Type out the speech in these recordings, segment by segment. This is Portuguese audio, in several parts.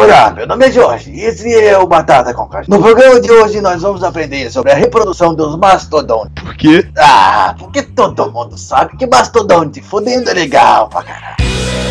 Olá, meu nome é Jorge e esse é o Batata com Cachorro. No programa de hoje nós vamos aprender sobre a reprodução dos mastodontes. Por quê? Ah, porque todo mundo sabe que mastodonte fodendo é legal pra caralho.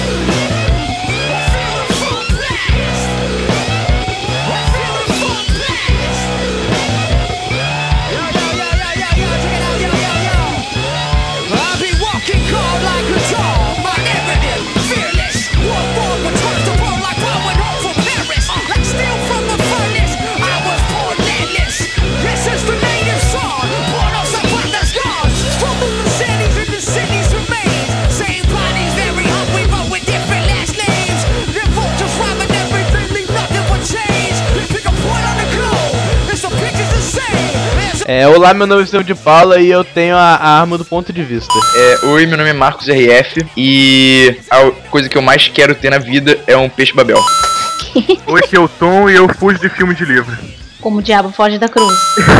Olá, meu nome é Vicente de Paula e eu tenho a arma do ponto de vista. Oi, meu nome é Marcos RF e a coisa que eu mais quero ter na vida é um peixe babel. Oi, aqui é o Tom e eu fujo de filme de livro. Como o diabo foge da cruz.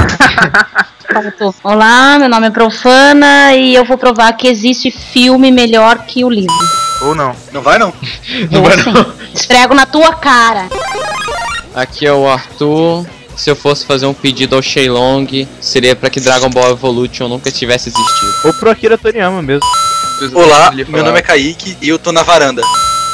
Olá, meu nome é Profana e eu vou provar que existe filme melhor que o livro. Ou não. Não vai não? Não vai não. Esfrego na tua cara. Aqui é o Arthur. Se eu fosse fazer um pedido ao Shenlong, seria pra que Dragon Ball Evolution nunca tivesse existido. Ou pro Akira Toriyama mesmo. Olá, meu nome é Kaique e eu tô na varanda.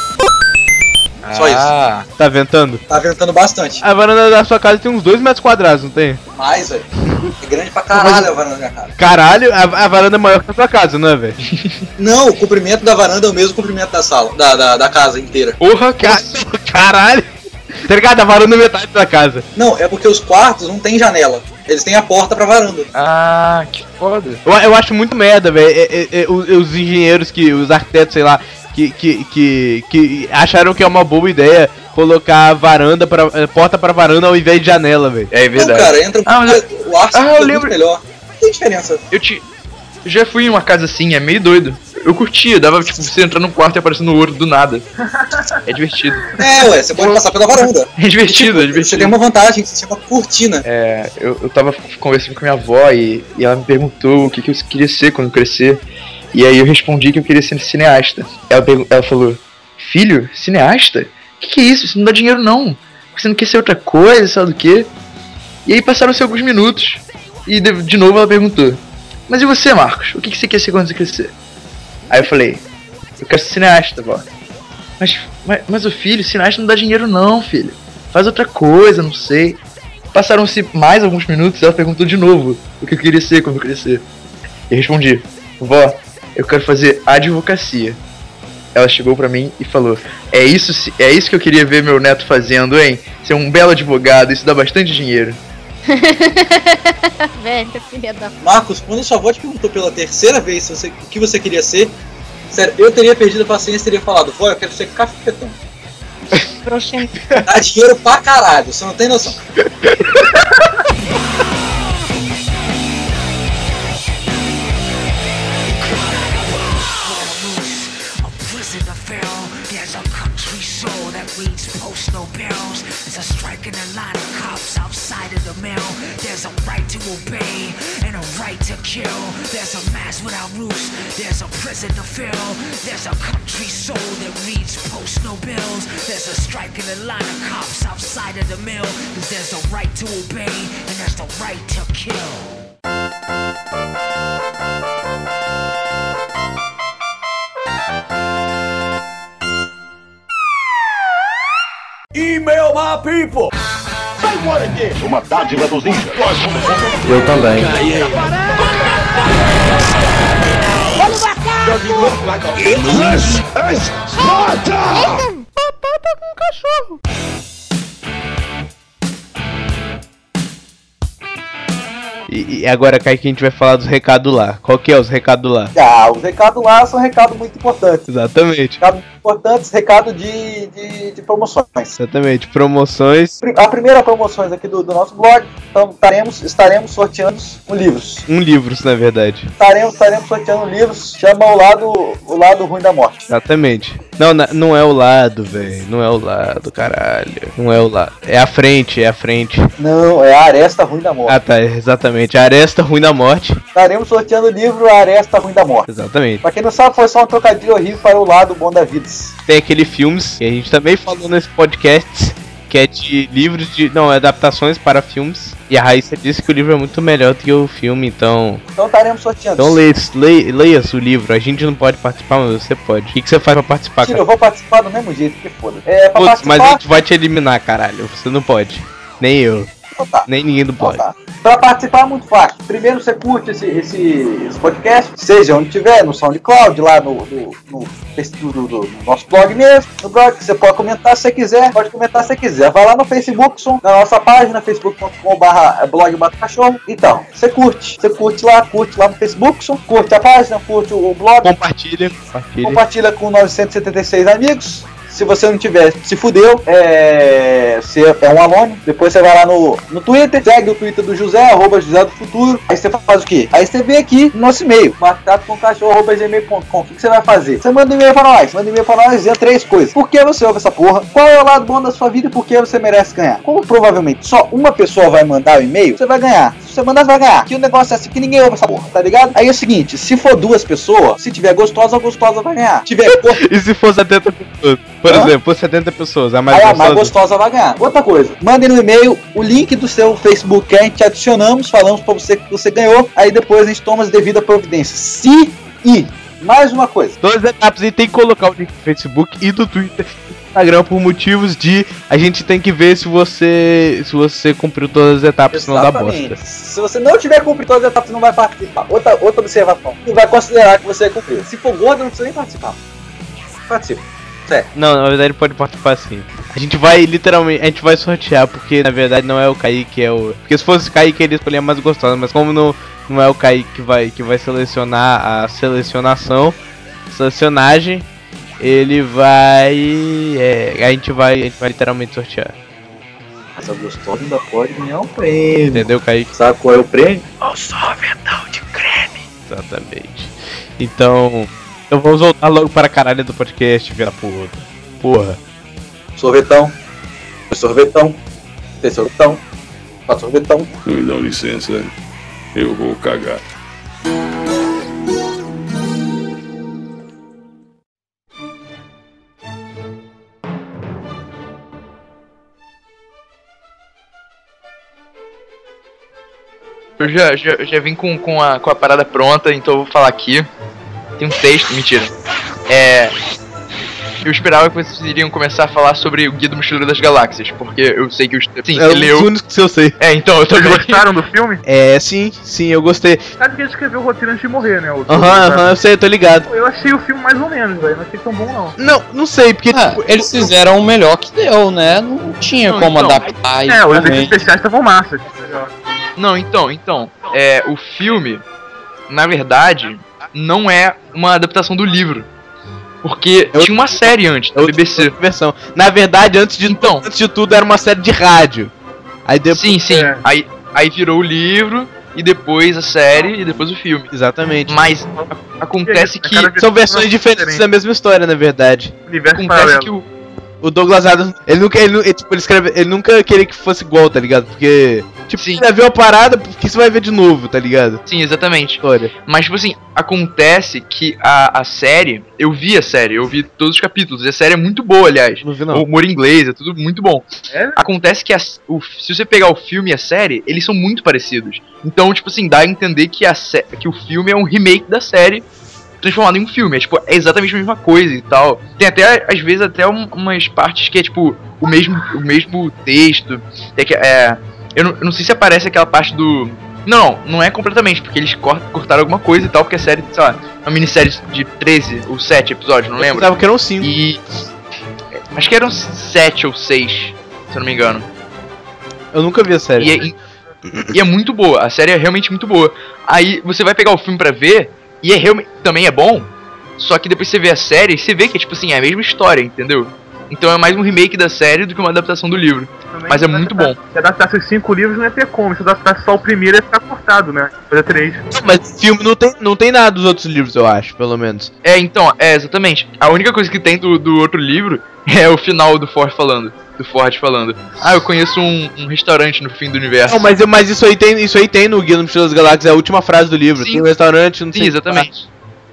Só isso. Tá ventando? Tá ventando bastante. A varanda da sua casa tem uns 2 metros quadrados, não tem? Mais, velho. É grande pra caralho a varanda da minha casa. Caralho, a varanda é maior que a sua casa, não é, velho? Não, o comprimento da varanda é o mesmo comprimento da sala, da casa inteira. Porra, caralho. Tá ligado? A varanda é metade da casa. Não, é porque os quartos não tem janela. Eles têm a porta pra varanda. Ah, que foda. Eu acho muito merda, velho. Os engenheiros, os arquitetos, sei lá, que acharam que é uma boa ideia colocar porta pra varanda ao invés de janela, velho. É verdade. Não, cara, entra o ar eu lembro. Melhor. Não tem diferença. Eu já fui em uma casa assim, é meio doido. Eu curtia, dava tipo você entrar num quarto e aparecer no outro do nada. É divertido. Você pode passar pela varanda. É divertido, é divertido. Você tem uma vantagem que se chama cortina. Eu tava conversando com minha avó e ela me perguntou o que eu queria ser quando crescer. E aí eu respondi que eu queria ser cineasta. Ela falou, filho, cineasta? Que é isso? Isso não dá dinheiro não. Você não quer ser outra coisa, sabe do quê? E aí passaram-se alguns minutos e de novo ela perguntou, mas e você, Marcos? O que você quer ser quando você crescer? Aí eu falei, eu quero ser cineasta, vó. Mas o filho, cineasta não dá dinheiro não, filho. Faz outra coisa, não sei. Passaram-se mais alguns minutos e ela perguntou de novo o que eu queria ser quando eu crescer. E eu respondi, vó, eu quero fazer advocacia. Ela chegou pra mim e falou, é isso que eu queria ver meu neto fazendo, hein? Ser um belo advogado, isso dá bastante dinheiro. Velho, filha da... Marcos, quando sua avó te perguntou pela terceira vez o que você queria ser, sério, eu teria perdido a paciência e teria falado, vó, eu quero ser cafetão. Dá dinheiro pra caralho, você não tem noção. There's a right to obey and a right to kill. There's a mass without roofs. There's a prison to fill. There's a country soul that reads post no bills. There's a strike in the line of cops outside of the mill. Cause there's a right to obey and there's the right to kill. Email my people! Uma dádiva dos ninjas. Eu também. Vamos matar! Esparta! Batata com cachorro. E agora, Kaique, a gente vai falar dos recados lá. Qual que é os recados lá? Os recados lá são recados muito importantes. Exatamente. Recados muito importantes, recado de promoções. Exatamente, promoções. A primeira promoções aqui do nosso blog, então estaremos sorteando livros. Livros, na verdade. Estaremos sorteando livros, chama o lado ruim da morte. Exatamente. Não é o lado, velho. Não é o lado, caralho. Não é o lado. É a frente. Não, é a aresta ruim da morte. Ah, tá, exatamente. A aresta ruim da morte. Estaremos sorteando o livro A Aresta Ruim da Morte. Exatamente. Pra quem não sabe, foi só um trocadilho horrível para o lado bom da vida. Tem aquele filmes que a gente também falou nesse podcast, que é de livros de... Não, adaptações para filmes. E a Raíssa disse que o livro é muito melhor do que o filme, então... Então estaremos sorteando. Então leia o livro. A gente não pode participar, mas você pode. O que você faz pra participar, Tira, cara? eu vou participar do mesmo jeito, que foda. Pra Putz, participar... mas a gente vai te eliminar, caralho. Você não pode. Nem eu. Então tá. Nem ninguém do Então pode. tá. Pra participar é muito fácil. Primeiro você curte esse podcast, seja onde tiver, no SoundCloud, lá no nosso blog mesmo. No blog você pode comentar se você quiser, pode comentar se você quiser. Vai lá no Facebook, na nossa página, facebook.com/blog-cachorro. Então, você curte lá no Facebook, curte a página, curte o blog. Compartilha com 976 amigos. Se você não tiver, se fudeu, você é um alone. Depois você vai lá no Twitter, segue o Twitter do José, @José do Futuro. Aí você faz o quê? Aí você vem aqui no nosso e-mail, batataconcachorro@gmail.com. O que você vai fazer? Você manda um e-mail pra nós. Dizendo 3 coisas. Por que você ouve essa porra? Qual é o lado bom da sua vida e por que você merece ganhar? Como provavelmente só uma pessoa vai mandar o e-mail, você vai ganhar. Se você mandar, você vai ganhar. Que o negócio é assim, que ninguém ouve essa porra, tá ligado? Aí é o seguinte, se for 2 pessoas, se tiver gostosa vai ganhar. E se for 70 pessoas? Por exemplo, 70 pessoas, a mais aí gostosa. A mais gostosa vai ganhar. Outra coisa, mandem no e-mail o link do seu Facebook que a gente adicionamos, falamos pra você que você ganhou, aí depois a gente toma as devidas providências. Mais uma coisa. 2 etapas e tem que colocar o link do Facebook e do Twitter e do Instagram por motivos de a gente tem que ver se você cumpriu todas as etapas, senão dá bosta. Se você não tiver cumprido todas as etapas, não vai participar. Outra observação. Não vai considerar que você cumpriu. Se for gordo, não precisa nem participar. Participa. Certo. Não, na verdade ele pode participar sim. A gente vai literalmente, a gente vai sortear, porque na verdade não é o Kaique, é o... Porque se fosse o Kaique ele escolheria mais gostosa, mas como não é o Kaique que vai selecionar a selecionagem, ele vai... a gente vai literalmente sortear. Essa gostosa ainda pode ganhar um prêmio. Entendeu, Kaique? Sabe qual é o prêmio? O sorvetão de creme. Exatamente. Então... Então vamos voltar logo para a caralho do podcast, vira porra. Sorvetão. Tem sorvetão. Faz sorvetão. Me dá licença, eu vou cagar. Eu já vim com a parada pronta, então eu vou falar aqui. Tem um texto, mentira. Eu esperava que vocês iriam começar a falar sobre o Guia do Mochileiro das Galáxias, porque eu sei que sim, é leu. Os únicos que eu sei. Então, eu Vocês também. gostaram do filme? Sim, eu gostei. Sabe que ele escreveu o roteiro antes de morrer, né? Eu sei, eu tô ligado. Eu achei o filme mais ou menos, velho. Não achei tão bom, não. Não sei, porque... Eles fizeram o melhor que deu, né? Não tinha como então, adaptar e os efeitos também. especiais estavam massas. Não, então. O filme, na verdade, não é uma adaptação do livro. Porque tinha uma série antes, da BBC. Outra versão. Na verdade, antes de tudo, era uma série de rádio. Aí depois... Sim. Aí virou o livro, e depois a série, e depois o filme. Exatamente. Mas acontece que... São versões diferentes da mesma história, na verdade. Acontece que o Douglas Adams, ele nunca queria que fosse igual, tá ligado? Porque, você já viu a parada, porque você vai ver de novo, tá ligado? Sim, exatamente. História. Mas, acontece que a série, eu vi todos os capítulos, e a série é muito boa, aliás. Não vi, não. O humor inglês, é tudo muito bom. Acontece que se você pegar o filme e a série, eles são muito parecidos. Então, dá a entender que o filme é um remake da série, transformado em um filme, é exatamente a mesma coisa e tal. Tem até, às vezes, umas partes que é o mesmo texto. Eu não sei se aparece aquela parte do... Não é completamente, porque eles cortaram alguma coisa e tal, porque a série, sei lá, uma minissérie de 13 ou 7 episódios, não lembro. Eu pensava que eram 5. E... acho que eram 7 ou 6, se eu não me engano. Eu nunca vi a série. E é muito boa, a série é realmente muito boa. Aí você vai pegar o filme pra ver, e também é bom, só que depois você vê a série e você vê que é a mesma história, entendeu? Então é mais um remake da série do que uma adaptação do livro. Também mas é muito bom. Se adaptasse os 5 livros não ia ter como, se adaptasse só o primeiro ia ficar cortado, né? Fazer 3. Mas o filme não tem nada dos outros livros, eu acho, pelo menos. Exatamente. A única coisa que tem do outro livro é o final do Ford falando. Eu conheço um restaurante no fim do universo. Não, mas isso aí tem no Guia do Mochileiro das Galáxias, é a última frase do livro. Sim. Tem um restaurante, não sei. Sim, exatamente.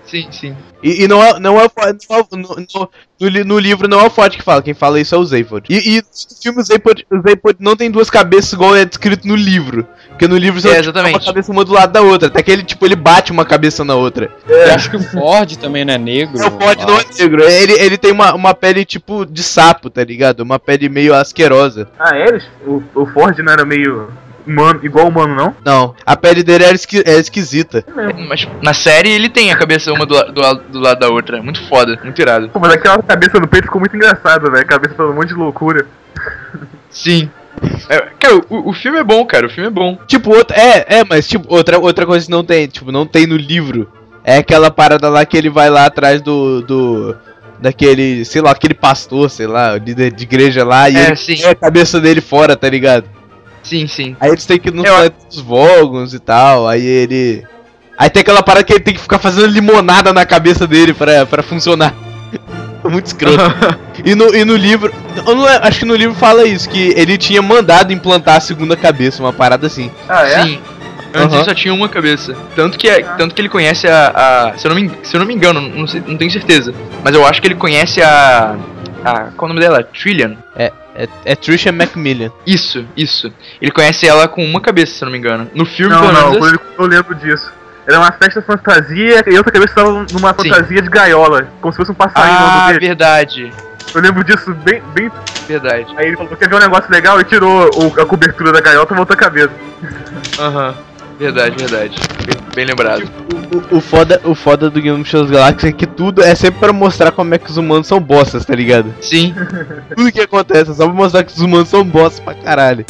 Sim. E não é o Ford, no livro não é o Ford que fala, quem fala isso é o Zaphod. E no filme o Zaphod não tem duas cabeças igual é descrito no livro. Porque no livro só tem uma cabeça uma do lado da outra, até que ele bate uma cabeça na outra. Eu acho que o Ford também não é negro. O Ford não é negro, ele tem uma pele tipo de sapo, tá ligado? Uma pele meio asquerosa. Ah, o Ford não era meio... humano, igual humano, não? Não, a pele dele é esquisita. Mas na série ele tem a cabeça uma do lado da outra. Muito foda, muito irado. Pô, mas aquela cabeça no peito ficou muito engraçada, velho. Cabeça todo um monte de loucura. Sim. Cara, o filme é bom, cara. O filme é bom. Tipo, mas tipo, outra coisa que não tem, tipo, não tem no livro. É aquela parada lá que ele vai lá atrás daquele, sei lá, aquele pastor, sei lá, líder de igreja lá, e ele tem a cabeça dele fora, tá ligado? Sim. Aí eles têm que ir nos planetas Vogons e tal, aí tem aquela parada que ele tem que ficar fazendo limonada na cabeça dele pra funcionar. Muito escroto. E no livro, acho que no livro fala isso, que ele tinha mandado implantar a segunda cabeça, uma parada assim. Ah, é? Sim. Antes ele só tinha uma cabeça. Tanto que ele conhece se eu não me engano, não tenho certeza. Mas eu acho que ele conhece qual o nome dela? Trillian? É Tricia Macmillan. Isso. Ele conhece ela com uma cabeça, se eu não me engano. No filme, eu lembro disso. Era uma festa fantasia e outra cabeça estava numa fantasia de gaiola, como se fosse um passarinho. Ah, verdade. Eu lembro disso bem... Verdade. Aí ele falou, quer ver um negócio legal? E tirou a cobertura da gaiola e voltou a cabeça. Verdade. Bem lembrado. O foda do Guia do Mochileiro das Galáxias é que tudo é sempre pra mostrar como é que os humanos são bostas, tá ligado? Sim. Tudo que acontece é só pra mostrar que os humanos são bostas pra caralho.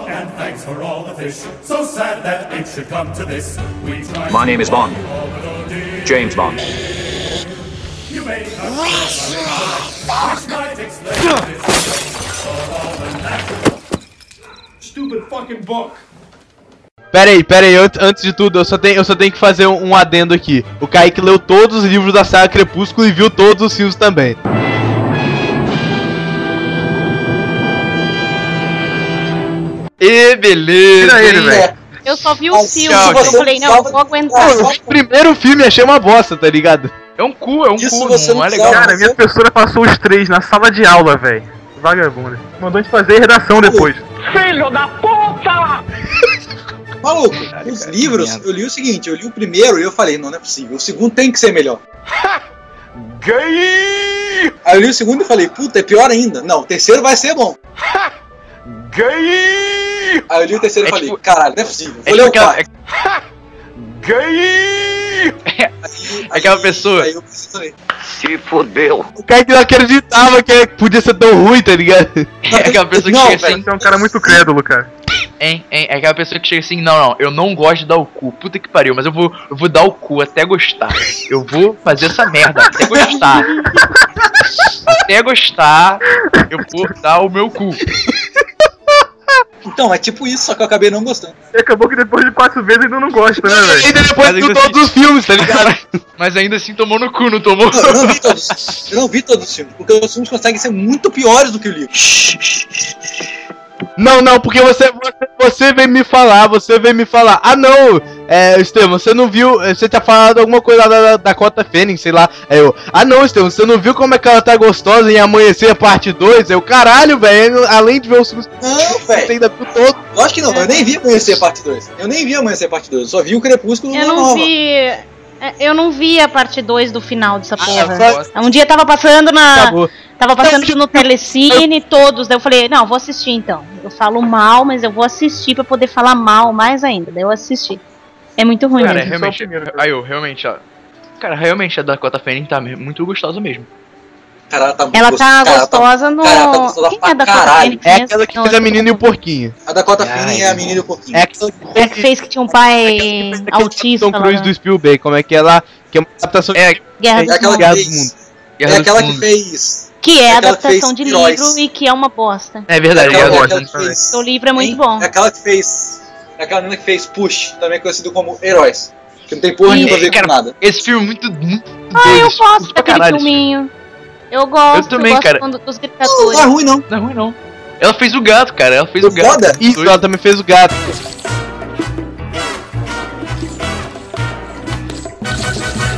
My name is Bond. James Bond. Stupid fucking book. Pera aí, antes de tudo, eu só tenho que fazer um adendo aqui. O Kaique leu todos os livros da saga Crepúsculo e viu todos os filmes também. E beleza. Tira ele, velho. Eu só vi os filmes, eu falei, não, eu vou aguentar. O primeiro filme achei uma bosta, tá ligado? É um cu, não é legal. Cara, minha professora passou os 3 na sala de aula, velho. Vagabundo. Mandou a gente fazer redação depois. Filho da puta! Maluco, os livros, eu li o seguinte, eu li o primeiro e eu falei, não é possível, o segundo tem que ser melhor. Gay! Aí eu li o segundo e falei, puta, é pior ainda. Não, o terceiro vai ser bom. Gay! Aí eu li o terceiro e falei, caralho, não é possível, vou ler o quarto. Gay! Aquela pessoa. Aí eu pensei, Se fodeu. O cara que não acreditava que podia ser tão ruim, tá ligado? É aquela pessoa que chega assim. Você é um cara muito crédulo, cara. É aquela pessoa que chega assim, não, eu não gosto de dar o cu, puta que pariu, mas eu vou dar o cu até gostar. Eu vou fazer essa merda até gostar. Até gostar, eu vou dar o meu cu. Então, é tipo isso, só que eu acabei não gostando. E acabou que depois de 4 vezes ainda não gosta, né, velho? E depois viu todos os filmes, tá ligado? Mas ainda assim tomou no cu, não tomou? Não, eu não vi todos os filmes, porque os filmes conseguem ser muito piores do que o livro. Não, porque você veio me falar, ah não, Estevam, você não viu, você tinha falado alguma coisa da Dakota Fanning, sei lá, aí eu, não, Estevam, você não viu como é que ela tá gostosa em Amanhecer parte 2? Eu, caralho, velho, além de ver os filmes, não, você ainda viu todo. Lógico que não, eu nem vi Amanhecer parte 2, eu só vi o Crepúsculo eu não nova. Eu não vi a parte 2 do final dessa porra. Só... Um dia tava passando Acabou. Tava passando no Telecine, todos. Daí eu falei, não, vou assistir então. Eu falo mal, mas eu vou assistir pra poder falar mal mais ainda. Daí eu assisti. É muito ruim cara, mesmo. Realmente a Dakota Fanning tá muito gostosa mesmo. Cara, ela tá gostosa no... Cara, tá gostosa Quem pra é a Dakota caralho. Fanning? É aquela que fez a menina e o porquinho. A Dakota Fanning é a menina e o porquinho. É aquela que fez que tinha um pai autista. Tom Cruise do Spielberg, como é que ela... Que é uma adaptação de Guerra dos Mundos. É aquela que fez... Que é a adaptação de livro e que é uma bosta. É verdade, é aquela que fez... O livro é muito bom. É aquela que fez... É aquela menina que fez Push, também conhecido como Heróis. Que não tem porra nenhuma a ver com nada. Esse filme é muito doido. Eu gosto daquele filminho. Eu gosto, eu também, cara. Dos gritadores. Não é ruim, não. Não é ruim, não. Ela fez o gato, cara. Ela fez o gato. Foda? Isso, ela também fez o gato.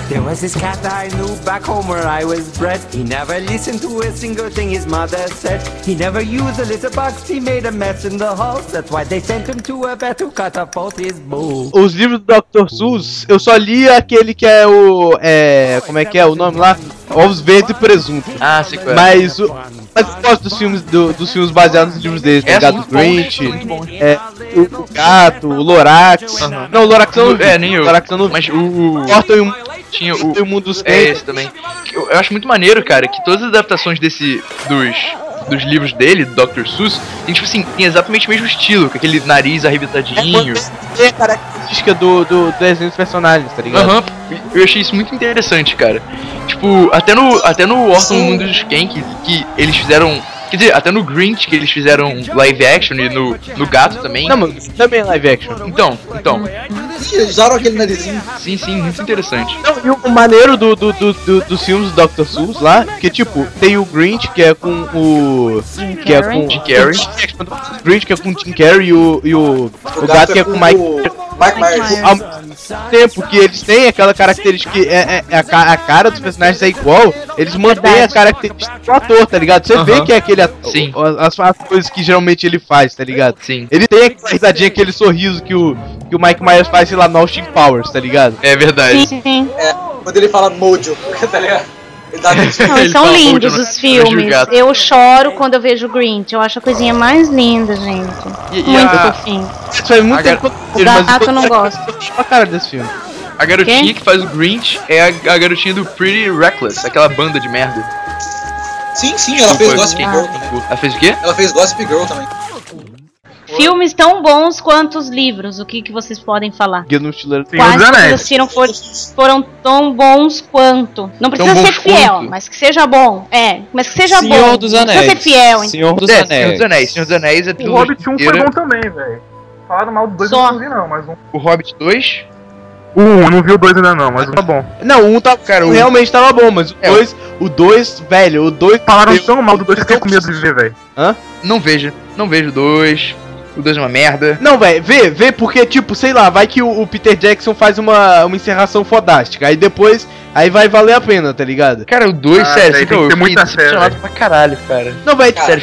There was this cat I knew back home where I was bred. He never listened to a single thing his mother said. He never used a litter box, he made a mess in the halls. That's why they sent him to a vet to cut off both his balls. Os livros do Dr. Seuss, eu só li aquele que é o... como é que é o nome lá? Ovos Verdes e Presunto. Ah, sei qual é. Mas eu gosto dos filmes baseados nos livros deles, tá ligado? O Grinch, o Gato, o Lorax. Não, o Lorax não. Nem eu. Lorax não. Mas o tinha o Mundo dos esse também. Eu acho muito maneiro, cara, que todas as adaptações dos livros dele, do Dr. Seuss, tem, tipo assim, tem exatamente o mesmo estilo, com aquele nariz arrebitadinho. É a característica do desenho dos personagens, tá ligado? Eu achei isso muito interessante, cara. Tipo, até no Orton Mundo dos Ken, que eles fizeram... Quer dizer, até no Grinch que eles fizeram live action e no Gato também. Não, mas também é live action. Então. Ih, usaram aquele narizinho. Sim, muito interessante. Não, e o maneiro dos filmes do Dr. Seuss lá, que tipo, tem o Grinch, que é com o... que é com Jim Carrey. O Grinch, que é com o Jim Carrey, e o Gato, que é com o Mike Myers. Ao mesmo tempo que eles têm aquela característica que a cara dos personagens é igual, eles mantêm a característica do ator, tá ligado? Você vê que é aquele ator, sim. As coisas que geralmente ele faz, tá ligado? Sim. Ele tem aquela risadinha, aquele sorriso que o Mike Myers faz, sei lá, no Austin Powers, tá ligado? É verdade. Sim. Quando ele fala Mojo, tá ligado? Não, são lindos os filmes. Eu choro quando eu vejo o Grinch. Eu acho a coisinha mais linda, gente. Muito fofinho. Isso é muito tempo. O Gato eu não gosto. A cara desse filme. A garotinha que faz o Grinch é a garotinha do Pretty Reckless, aquela banda de merda. Sim, ela fez Gossip Girl também. Ela fez o quê? Ela fez Gossip Girl também. Filmes tão bons quanto os livros, o que vocês podem falar? Quais que vocês assistiram foram tão bons quanto? Não precisa ser fiel, mas que seja bom. Mas que seja bom. Senhor dos Anéis. Não precisa ser fiel, hein? Senhor dos Anéis. Senhor dos Anéis é O Hobbit 1 foi bom também, velho. Falaram mal do 2 eu não vi não, mas o Hobbit 2? Eu não vi o 2 ainda não, mas tá bom. Não, o 1 tá, cara, realmente tava bom, mas o 2, velho, o 2... Falaram tão mal do 2 que eu fiquei com medo de ver, velho. Não vejo o 2. O 2 é uma merda. Não, velho, vê porque, tipo, sei lá, vai que o Peter Jackson faz uma encerração fodástica. Aí depois, aí vai valer a pena, tá ligado? Cara, o 2, sério, tem que ter muita decepcionado pra caralho, cara. Não, velho, sério,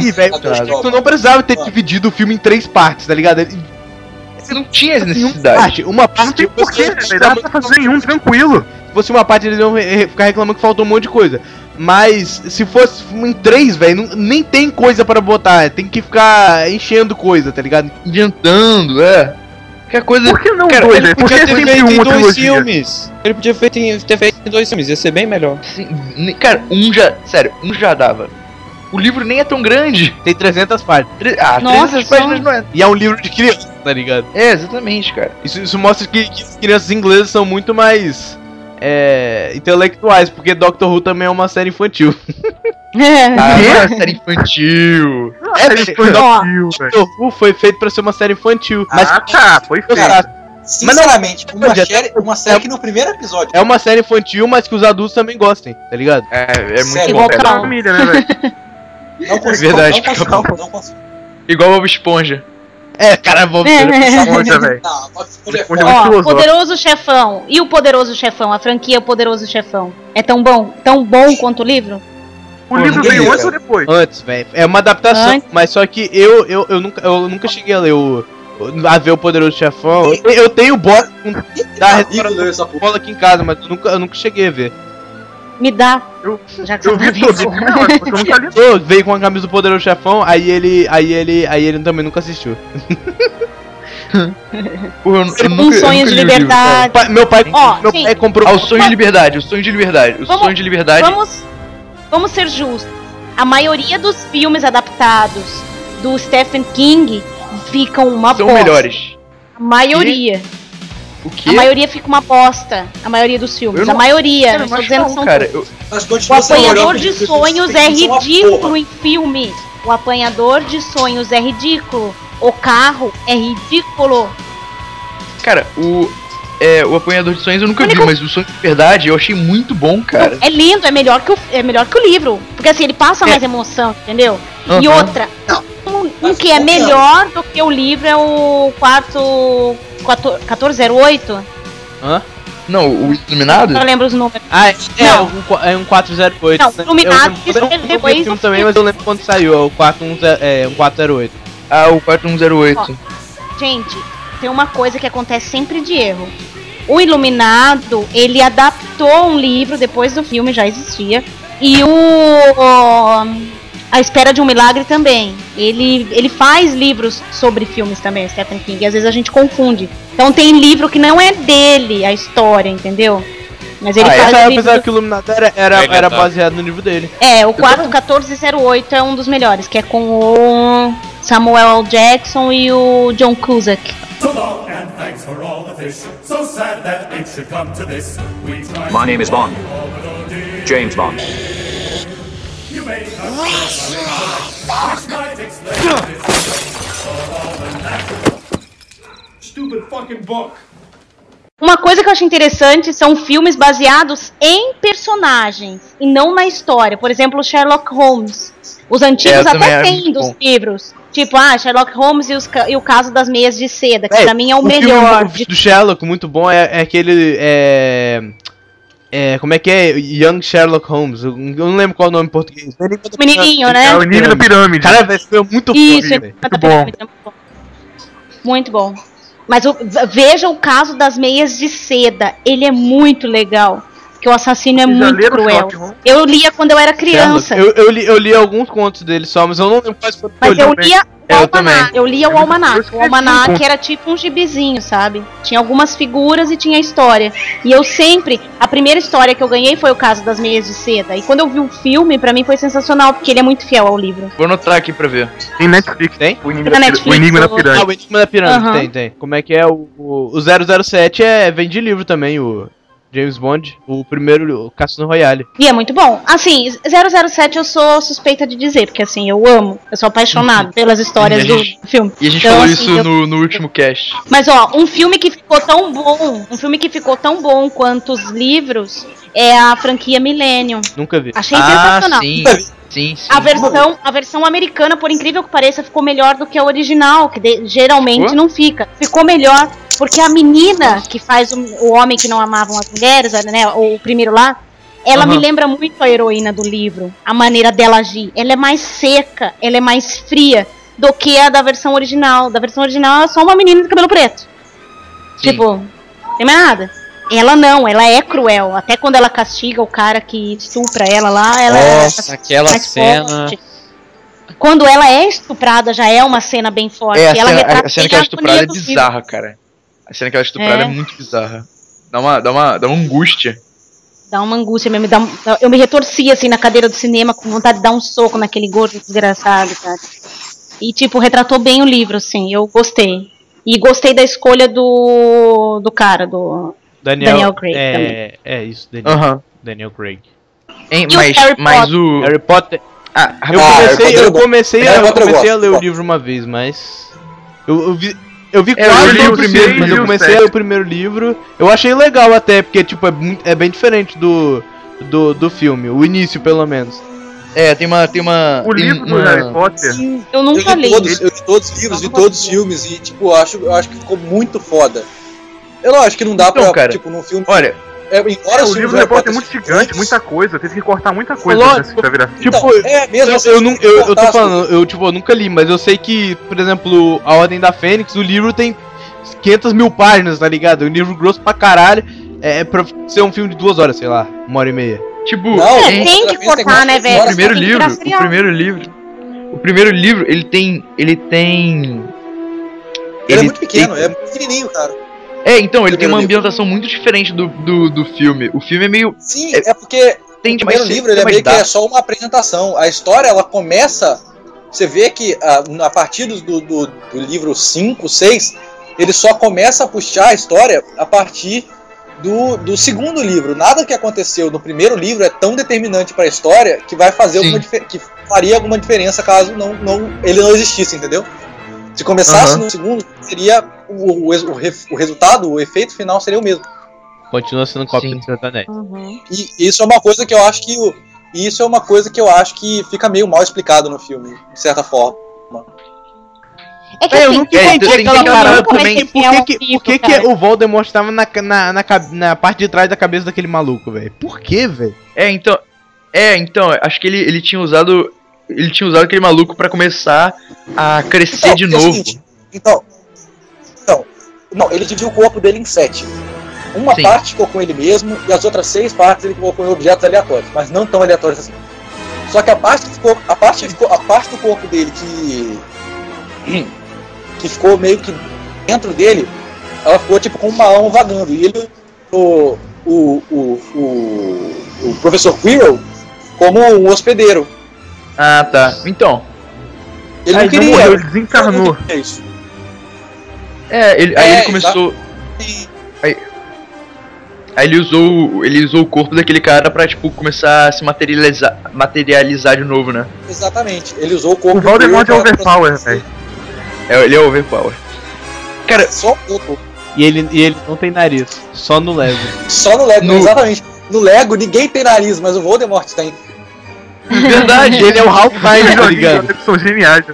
tu não precisava ter dividido o filme em 3 partes, tá ligado? Você não tinha essa necessidade. Uma parte, por quê, velho? Dá pra fazer em um, tranquilo. Se fosse uma parte, eles iam ficar reclamando que faltou um monte de coisa. Mas se fosse em 3, velho, nem tem coisa pra botar. Tem que ficar enchendo coisa, tá ligado? Inventando, Que coisa. Por que não, cara, dois? Ele podia ter sempre feito em uma 2 trilogia? filmes. Ele podia ter feito em 2 filmes, ia ser bem melhor. Sim, cara, um já dava. O livro nem é tão grande. Tem 300 páginas. 300 páginas não é. E é um livro de criança, tá ligado? É, exatamente, cara. Isso mostra que as crianças inglesas são muito mais intelectuais, porque Doctor Who também é uma série infantil. É uma série infantil. Doctor Who foi feito pra ser uma série infantil. Mas foi feito. Sinceramente, uma série que no primeiro episódio... É uma série infantil, mas que os adultos também gostem, tá ligado? É muito bom. É da família, né, velho? Não consigo, verdade, não consigo. Igual o Bob Esponja. Cara, Bob Esponja, velho. Ó, Poderoso Chefão. E o Poderoso Chefão? A franquia Poderoso Chefão. É tão bom? Tão bom quanto o livro? O livro veio antes ou depois? Antes, velho. É uma adaptação, mas só que eu nunca cheguei a ler a ver o Poderoso Chefão. Eu tenho bola da restauração bola aqui em casa, mas eu nunca cheguei a ver. Me dá. Já que eu vi tudo, eu nunca li. Veio com a camisa do Poderoso Chefão, aí ele também nunca assistiu. Um sonho de liberdade. Meu pai comprou. O sonho de liberdade, o sonho de liberdade, o sonho de liberdade. Vamos ser justos. A maioria dos filmes adaptados do Stephen King ficam uma bosta. São melhores. A maioria. O quê? A maioria fica uma bosta. A maioria dos filmes. A maioria. Não estou dizendo que são todos. O Apanhador de Sonhos é ridículo em filme. O Apanhador de Sonhos é ridículo. O Carro é ridículo. Cara, o Apanhador de Sonhos eu nunca vi, mas o Sonho de Verdade eu achei muito bom, cara. É lindo, é melhor que o livro. Porque assim, ele passa mais emoção, entendeu? E outra, um que é melhor do que o livro é o 1408. Não, o Iluminado? Eu lembro os números. É um 408. Não, Iluminado depois do filme também, mas eu lembro quando saiu, o 408. Ah, o 4108. Gente, tem uma coisa que acontece sempre de erro. O Iluminado, ele adaptou um livro depois do filme, já existia. E A Espera de um Milagre também. Ele faz livros sobre filmes também, Stephen King. E às vezes a gente confunde. Então tem livro que não é dele, a história, entendeu? Mas ele faz apesar que o Iluminado era baseado no livro dele. É, o 41408 é um dos melhores, que é com o Samuel L. Jackson e o John Cusack. My name is Bond. James Bond. Stupid fucking book. Uma coisa que eu acho interessante são filmes baseados em personagens e não na história. Por exemplo, Sherlock Holmes. Os antigos até têm dos livros. Tipo, Sherlock Holmes e o caso das meias de seda, que pra mim é o melhor. O filme do Sherlock, muito bom, é aquele... como é que é? Young Sherlock Holmes. Eu não lembro qual é o nome em português. Menininho, né? É o Inimigo da Pirâmide. Cara, vai ser muito bom. Muito bom. Mas veja o caso das meias de seda. Ele é muito legal. Porque o assassino é muito cruel. Eu lia quando eu era criança. Eu li alguns contos dele só, mas eu não lembro quais foram. Mas eu lia eu lia o Almanac. O Almanac era tipo um gibizinho, sabe? Tinha algumas figuras e tinha história. E eu sempre... A primeira história que eu ganhei foi o caso das meias de seda. E quando eu vi o filme, pra mim foi sensacional, porque ele é muito fiel ao livro. Vou anotar aqui pra ver. Tem Netflix. Tem? O Enigma da Pirâmide. O Enigma da Pirâmide, tem. Como é que é? O 007 vem de livro também, o... James Bond, o primeiro, o Cassino Royale. E é muito bom. Assim, 007 eu sou suspeita de dizer, porque assim, eu amo, eu sou apaixonado pelas histórias do filme. E a gente falou assim, isso no último cast. Mas um filme que ficou tão bom quanto os livros é a franquia Millennium. Nunca vi. Achei sensacional. Sim. A versão americana, por incrível que pareça, ficou melhor do que a original, que geralmente não fica. Ficou melhor, porque a menina que faz o homem que não amavam as mulheres, né, o primeiro lá, ela me lembra muito a heroína do livro, a maneira dela agir. Ela é mais seca, ela é mais fria do que a da versão original. Da versão original é só uma menina de cabelo preto. Sim. Tipo, não tem mais nada. Ela não, ela é cruel. Até quando ela castiga o cara que estupra ela lá, ela aquela cena. Forte. Quando ela é estuprada, já é uma cena bem forte. A cena que ela é estuprada é bizarra, cara. A cena que ela é estuprada é muito bizarra. Dá uma angústia. Dá uma angústia mesmo. Eu me retorci assim na cadeira do cinema com vontade de dar um soco naquele gordo desgraçado, cara. E tipo, retratou bem o livro, assim. Eu gostei. E gostei da escolha do cara, do... Daniel Craig também. Isso, Daniel Craig. Mas o Harry Potter. Eu comecei a ler o livro uma vez, mas eu vi quase todos os livros, mas eu comecei a ler o primeiro livro. Eu achei legal até, porque tipo é bem diferente do filme, o início pelo menos. Tem uma. O livro do Harry Potter. Sim, eu nunca li. Eu li todos os livros, vi todos os filmes e tipo, eu acho que ficou muito foda. Eu acho que não dá pra, cara, tipo, num filme... Olha... embora o livro do Harry Potter é muito gigante, muita coisa, teve que cortar muita coisa pra virar filme. Tipo, eu tô falando, eu nunca li, mas eu sei que, por exemplo, A Ordem da Fênix, o livro tem 500 mil páginas, tá ligado? É um livro grosso pra caralho, pra ser um filme de 2 horas, sei lá, 1h30. Tipo... tem que cortar, né, velho? O primeiro livro, ele tem... Ele é muito pequeno, é muito pequenininho, cara. Então, ele tem uma ambientação muito diferente do filme. O filme é meio... Sim, porque o primeiro livro ele é meio que é só uma apresentação. A história, ela começa... Você vê que a partir do livro 5, 6, ele só começa a puxar a história a partir do segundo livro. Nada que aconteceu no primeiro livro é tão determinante para a história que vai fazer que faria alguma diferença caso ele não existisse, entendeu? Se começasse no segundo, seria o resultado, o efeito final seria o mesmo. Continua sendo cópia de Satanás. E isso é uma coisa que eu acho que fica meio mal explicado no filme, de certa forma. É que assim, eu nunca entendi aquela parada também. Por que o Voldemort estava na parte de trás da cabeça daquele maluco, velho? Por que, velho? Então, acho que ele tinha usado. Ele tinha usado aquele maluco pra começar a crescer de novo. Seguinte, não, ele dividiu o corpo dele em 7. Uma Sim. parte ficou com ele mesmo e as outras 6 partes ele colocou em objetos aleatórios, mas não tão aleatórios assim. Só que a parte do corpo dele que ficou meio que dentro dele, ela ficou tipo com uma alma vagando. E ele, o professor Quirrell, como um hospedeiro. Ah, tá. Então. Ele não queria. Morreu, ele desencarnou. É isso. Aí ele começou. Aí ele usou o corpo daquele cara pra, tipo, começar a se materializar de novo, né? Exatamente. Ele usou o corpo. O Voldemort é overpower, velho. Ele é overpower. Cara, só um pouco. E ele não tem nariz, só no Lego. Só no Lego, exatamente. No Lego ninguém tem nariz, mas o Voldemort tem. Verdade, ele é o Ralph Fiennes, tá ligado? São geniais.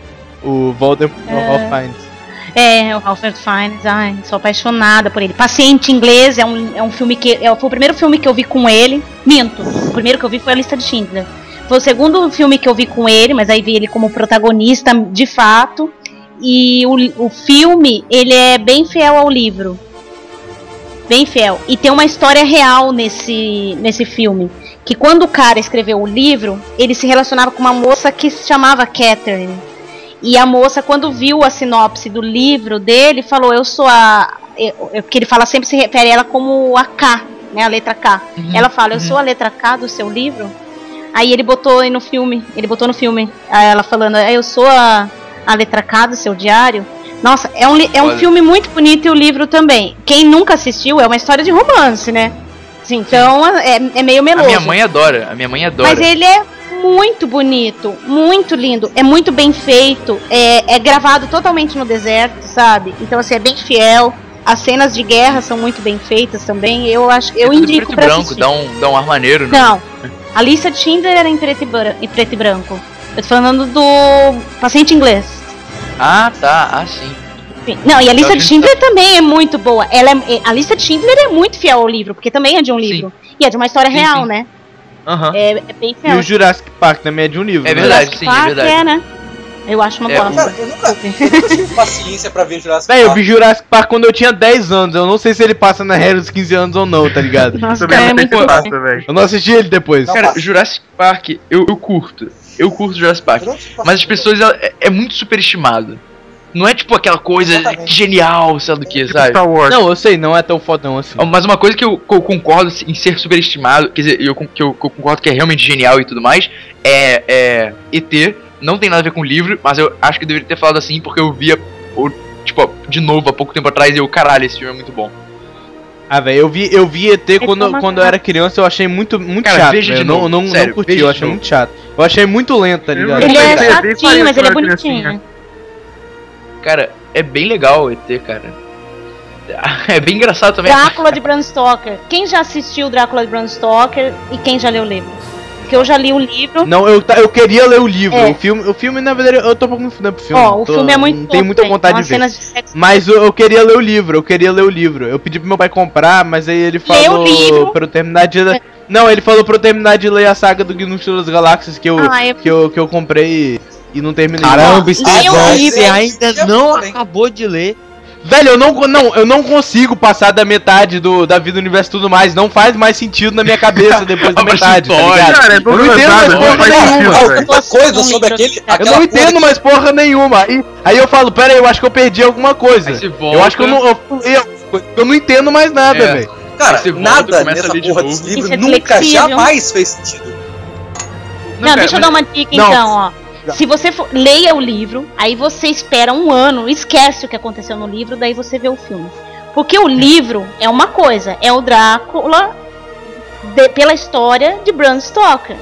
O Voldemort é o Ralph Fiennes. O Ralph Fiennes, ai, sou apaixonada por ele. Paciente Inglês foi o primeiro filme que eu vi com ele. Minto, o primeiro que eu vi foi A Lista de Schindler. Foi o segundo filme que eu vi com ele, mas aí vi ele como protagonista de fato. E o filme, ele é bem fiel ao livro. Bem fiel. E tem uma história real nesse filme. Que quando o cara escreveu o livro, ele se relacionava com uma moça que se chamava Catherine. E a moça, quando viu a sinopse do livro dele, falou, eu sou que ele fala, sempre se refere a ela como a K, né, a letra K. Ela fala, eu sou a letra K do seu livro? Aí ele botou no filme, aí ela falando, eu sou a letra K do seu diário. Nossa, é um filme muito bonito e o livro também. Quem nunca assistiu, é uma história de romance, né? Assim, então é meio meloso. A minha mãe adora. Mas ele é muito bonito, muito lindo, é muito bem feito, é gravado totalmente no deserto, sabe? Então assim, é bem fiel. As cenas de guerra são muito bem feitas também. Eu indico pra assistir. Dá um ar maneiro, né? Não, a Lista de Schindler era em preto e branco. Eu tô falando do Paciente Inglês. Ah, tá, sim. Não, e a Lista de Schindler também é muito boa. A Lista de Schindler é muito fiel ao livro, porque também é de um livro. Sim. E é de uma história real, né? É bem fiel. E o Jurassic Park também é de um livro. É verdade, sim, é verdade. Né? Eu acho uma boa. Cara, eu nunca tive paciência pra ver Jurassic Park. Eu vi Jurassic Park quando eu tinha 10 anos. Eu não sei se ele passa na regra dos 15 anos ou não, tá ligado? Nossa, é muito eu não assisti ele depois. Cara, Jurassic Park, eu curto. Eu curto Jurassic Park. Mas as pessoas, é muito superestimado. Não é tipo aquela coisa genial, sei lá do que, sabe? Não, eu sei, não é tão fodão assim. Mas uma coisa que eu concordo em ser superestimado, quer dizer, que eu concordo que é realmente genial e tudo mais, é ET. Não tem nada a ver com o livro, mas eu acho que eu deveria ter falado assim, porque eu via, tipo, de novo, há pouco tempo atrás, e eu, caralho, esse filme é muito bom. Ah, velho, eu vi ET quando eu era criança, eu achei muito cara, chato, veja de novo. Não curti, eu achei muito chato. Eu achei muito lento, tá ligado? Ele é chatinho, mas ele é bonitinho. Cara, é bem legal o ET, cara. É bem engraçado também. Drácula de Bram Stoker. Quem já assistiu Drácula de Bram Stoker e quem já leu o livro? Porque eu já li o livro. Não, eu queria ler o livro. O filme, na verdade, eu tô um pouco me fudendo pro filme. O filme é muito bom. Tenho muita vontade de ver. Mas eu queria ler o livro, Eu pedi pro meu pai comprar, mas aí ele falou pra eu terminar de ler. Não, ele falou pra eu terminar de ler a saga do Guia das Galáxias que eu comprei e não terminei. Caramba, você ainda não acabou de ler. Velho, eu não consigo passar da metade da vida do universo e tudo mais. Não faz mais sentido na minha cabeça depois da metade, tá ligado? Cara, eu não entendo mais porra nenhuma. Alguma coisa sobre aquele... Eu não entendo mais porra nenhuma. Aí eu falo, pera aí, eu acho que eu perdi alguma coisa. Eu acho que eu não entendo mais nada, velho. Cara, nada nessa porra desse livro nunca, jamais fez sentido. Não, deixa eu dar uma dica então, ó. Se você leia o livro, aí você espera um ano, esquece o que aconteceu no livro, daí você vê o filme. Porque o livro é uma coisa, é o Drácula pela história de Bram Stoker.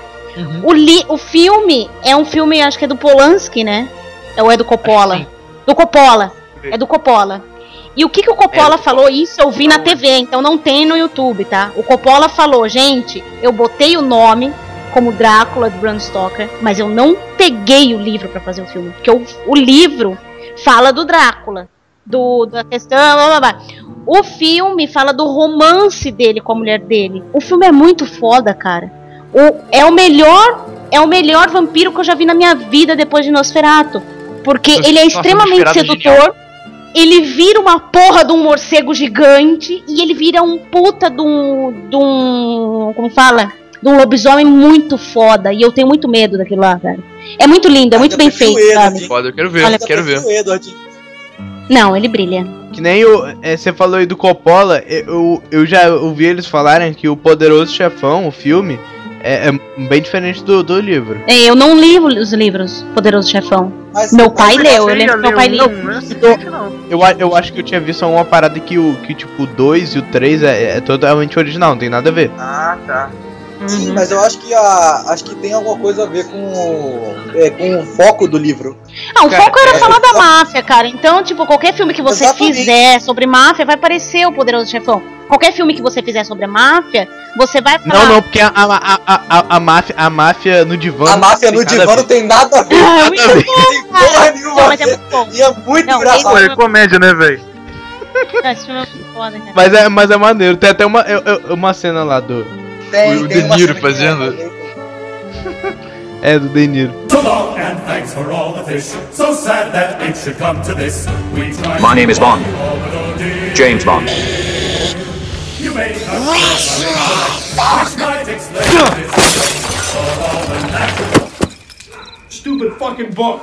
O filme é um filme, acho que é do Polanski, né? Ou é do Coppola? Do Coppola. É do Coppola. E o que o Coppola falou? Isso eu vi na TV, então não tem no YouTube, tá? O Coppola falou, gente, eu botei o nome como Drácula de Bram Stoker, mas eu não peguei o livro pra fazer o filme, porque o livro fala do Drácula, da questão, blá, blá, blá. O filme fala do romance dele com a mulher dele. O filme é muito foda, cara. É o melhor vampiro que eu já vi na minha vida depois de Nosferatu. Porque ele é extremamente sedutor. Ele vira uma porra de um morcego gigante. E ele vira um puta de um como fala? De um lobisomem muito foda. E eu tenho muito medo daquilo lá, cara. É muito lindo, é muito bem feito, sabe? Foda, eu quero ver, quero ver. Não, ele brilha. Que nem você falou aí do Coppola, eu já ouvi eles falarem que o Poderoso Chefão, o filme, é bem diferente do livro. Eu não li os livros Poderoso Chefão. Meu pai leu, eu lembro que meu pai leu. Eu acho que eu tinha visto uma parada que tipo o 2 e o 3 é totalmente original, não tem nada a ver. Ah, tá. Sim, mas eu acho que tem alguma coisa a ver com o foco do livro. O foco era falar da máfia, cara. Então, tipo, qualquer filme que você fizer sobre máfia vai parecer o Poderoso Chefão. Qualquer filme que você fizer sobre a máfia, você vai falar... Não, porque a máfia no divã... A máfia no divã não tem nada a ver. É muito bom, cara. Não, mas é muito bom. E é muito engraçado. É comédia, né, velho? Esse filme é muito foda, cara. Mas é maneiro. Tem até uma cena lá do... O De Niro fazendo. É, do De Niro. My name is Bond. James Bond. Stupid fucking book.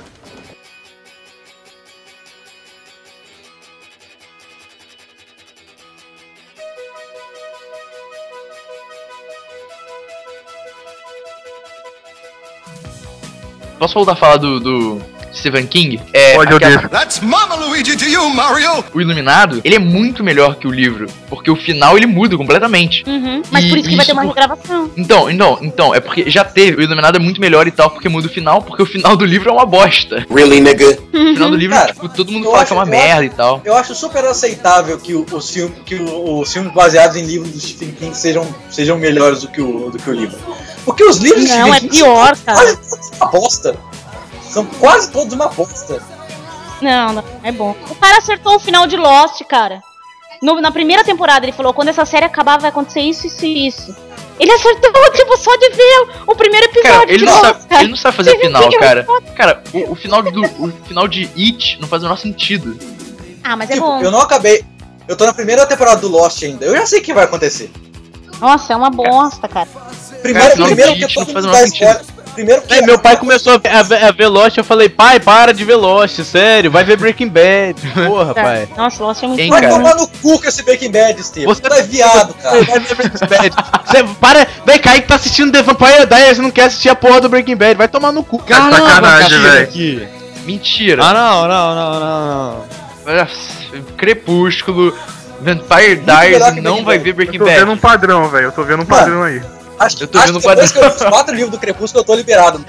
Posso voltar a falar do Stephen King? Pode, That's Mama Luigi to you, Mario! O Iluminado, ele é muito melhor que o livro, porque o final ele muda completamente. Mas por isso que vai ter uma regravação. Então, é porque já teve, o Iluminado é muito melhor e tal, porque muda o final, porque o final do livro é uma bosta. Really, nigga? O final do livro, cara, tipo, todo mundo fala que é uma merda e tal. Eu acho super aceitável que os filmes baseados em livros do Stephen King sejam melhores do que o livro. Porque os livros não, é pior, cara. Quase todos uma bosta. São quase todos uma bosta. Não, é bom. O cara acertou o final de Lost, cara. Na primeira temporada ele falou, quando essa série acabar vai acontecer isso, isso e isso. Ele acertou, tipo, só de ver o primeiro episódio. Cara, ele não sabe fazer final, cara. Cara, o final de It não faz o menor sentido. Ah, mas é bom. Eu não acabei. Eu tô na primeira temporada do Lost ainda. Eu já sei o que vai acontecer. Nossa, é uma bosta, cara. Primeiro que todo mundo dá spoiler. Primeiro que meu pai começou a ver Lost, eu falei, pai, para de ver Lost, sério, vai ver Breaking Bad. Porra, pai. Nossa, Lost é muito bom. Vai tomar no cu com esse Breaking Bad, Steve. Você é viado, cara. Vai ver Breaking Bad. Você para, vem, Kaique tá assistindo The Vampire Diaries, você não quer assistir a porra do Breaking Bad, vai tomar no cu. Caramba, sacanagem, velho. Mentira. Não. Crepúsculo, Vampire Diaries, não vai ver Breaking Bad. Eu tô vendo um padrão, velho, eu tô vendo um padrão aí. Acho que depois que eu li os 4 livros do Crepúsculo eu tô liberado.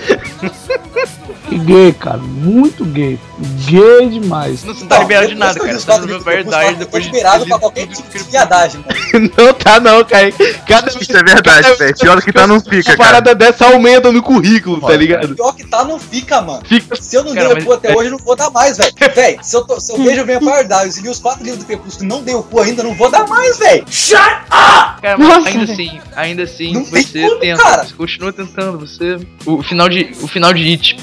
Que gay, cara, muito gay. Gay demais. Não tá liberado de nada, cara. Você tá no Vampire Diaries depois de liberado pra qualquer tipo de viadagem, mano. Não tá não, Kaique. Isso é verdade, velho. Pior que tá não fica, cara. A parada dessa aumenta no currículo, tá ligado? Pior que tá não fica, mano. Se eu não dei o cu até hoje, eu não vou dar mais, velho. Véi, se eu vejo o Vampire Diaries e li os 4 livros do Crepúsculo e não dei o cu ainda, eu não vou dar mais, velho. Shut up! Cara, mas ainda assim, não você tenta, cara. Você continua tentando, você... O final de It,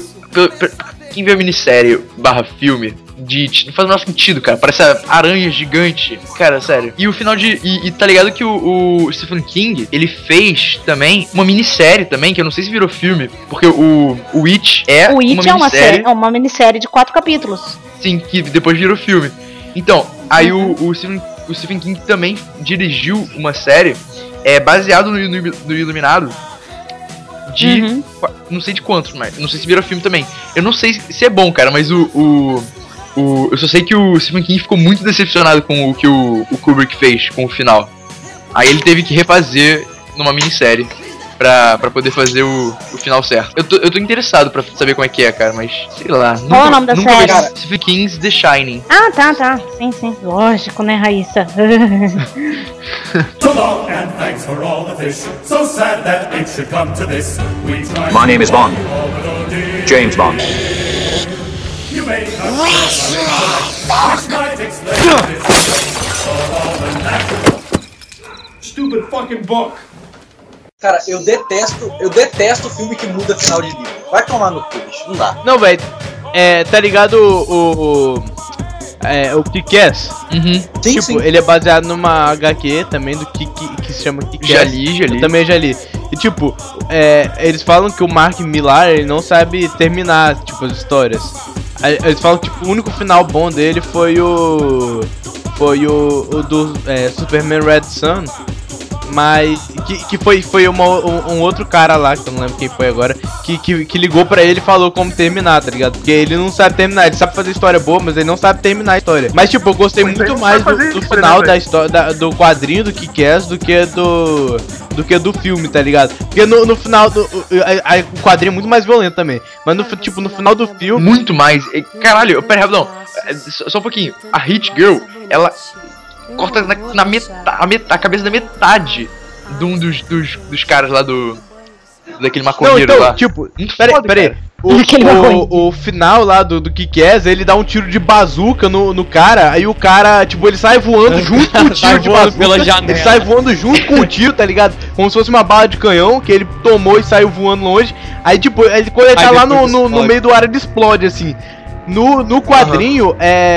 quem vê a minissérie / filme de It, não faz o menor sentido, cara. Parece a aranha gigante. Cara, sério. E o final de... E tá ligado que o Stephen King, ele fez também uma minissérie também, que eu não sei se virou filme, porque o It é uma minissérie. É uma minissérie de 4 capítulos. Sim, que depois virou filme. Então, aí o Stephen King também dirigiu uma série baseado no Iluminado de... Não sei de quantos, mas não sei se virou filme também. Eu não sei se é bom, cara, mas eu só sei que o Stephen King ficou muito decepcionado com o que o Kubrick fez com o final. Aí ele teve que refazer numa minissérie pra poder fazer o final certo. Eu tô interessado pra saber como é que é, cara, mas sei lá. Qual é o nome da série? Stephen King's The Shining. Ah, tá. Sim. Lógico, né, Raíssa? So long and thanks for all the fish. So sad that it should come to this. My name is Bond. James Bond. You may not explain stupid fucking book. Cara, eu detesto filme que muda final de livro. Vai tomar no cu, bicho. Não dá. Não, velho. Tá ligado o Kick-Ass? Sim, tipo, sim. ele é baseado numa HQ também do que se chama Kick-Ass. Já li. Eu também já li. E tipo, eles falam que o Mark Millar, ele não sabe terminar, tipo, as histórias. Eles falam que tipo, o único final bom dele foi o do Superman Red Son. Mas que foi um outro cara lá, que eu não lembro quem foi agora, que ligou pra ele e falou como terminar, tá ligado? Porque ele não sabe terminar, ele sabe fazer história boa, mas ele não sabe terminar a história. Mas tipo, eu gostei muito mais do final da história, do quadrinho do Kick-Ass do que do filme, tá ligado? Porque no final o quadrinho é muito mais violento também. Mas no final do filme... Muito mais. Caralho, pera, não. Só um pouquinho. A Hit Girl, ela... corta a cabeça da metade de um dos caras lá daquele maconheiro. Não, então, lá. Tipo, peraí. O final lá do Kick-Ass, ele dá um tiro de bazuca no cara, aí o cara, tipo, ele sai voando junto com o tiro de bazuca pela janela. Ele sai voando junto com o tiro, tá ligado? Como se fosse uma bala de canhão que ele tomou e saiu voando longe. Aí, tipo, quando ele tá lá no meio do ar, ele explode, assim. No quadrinho,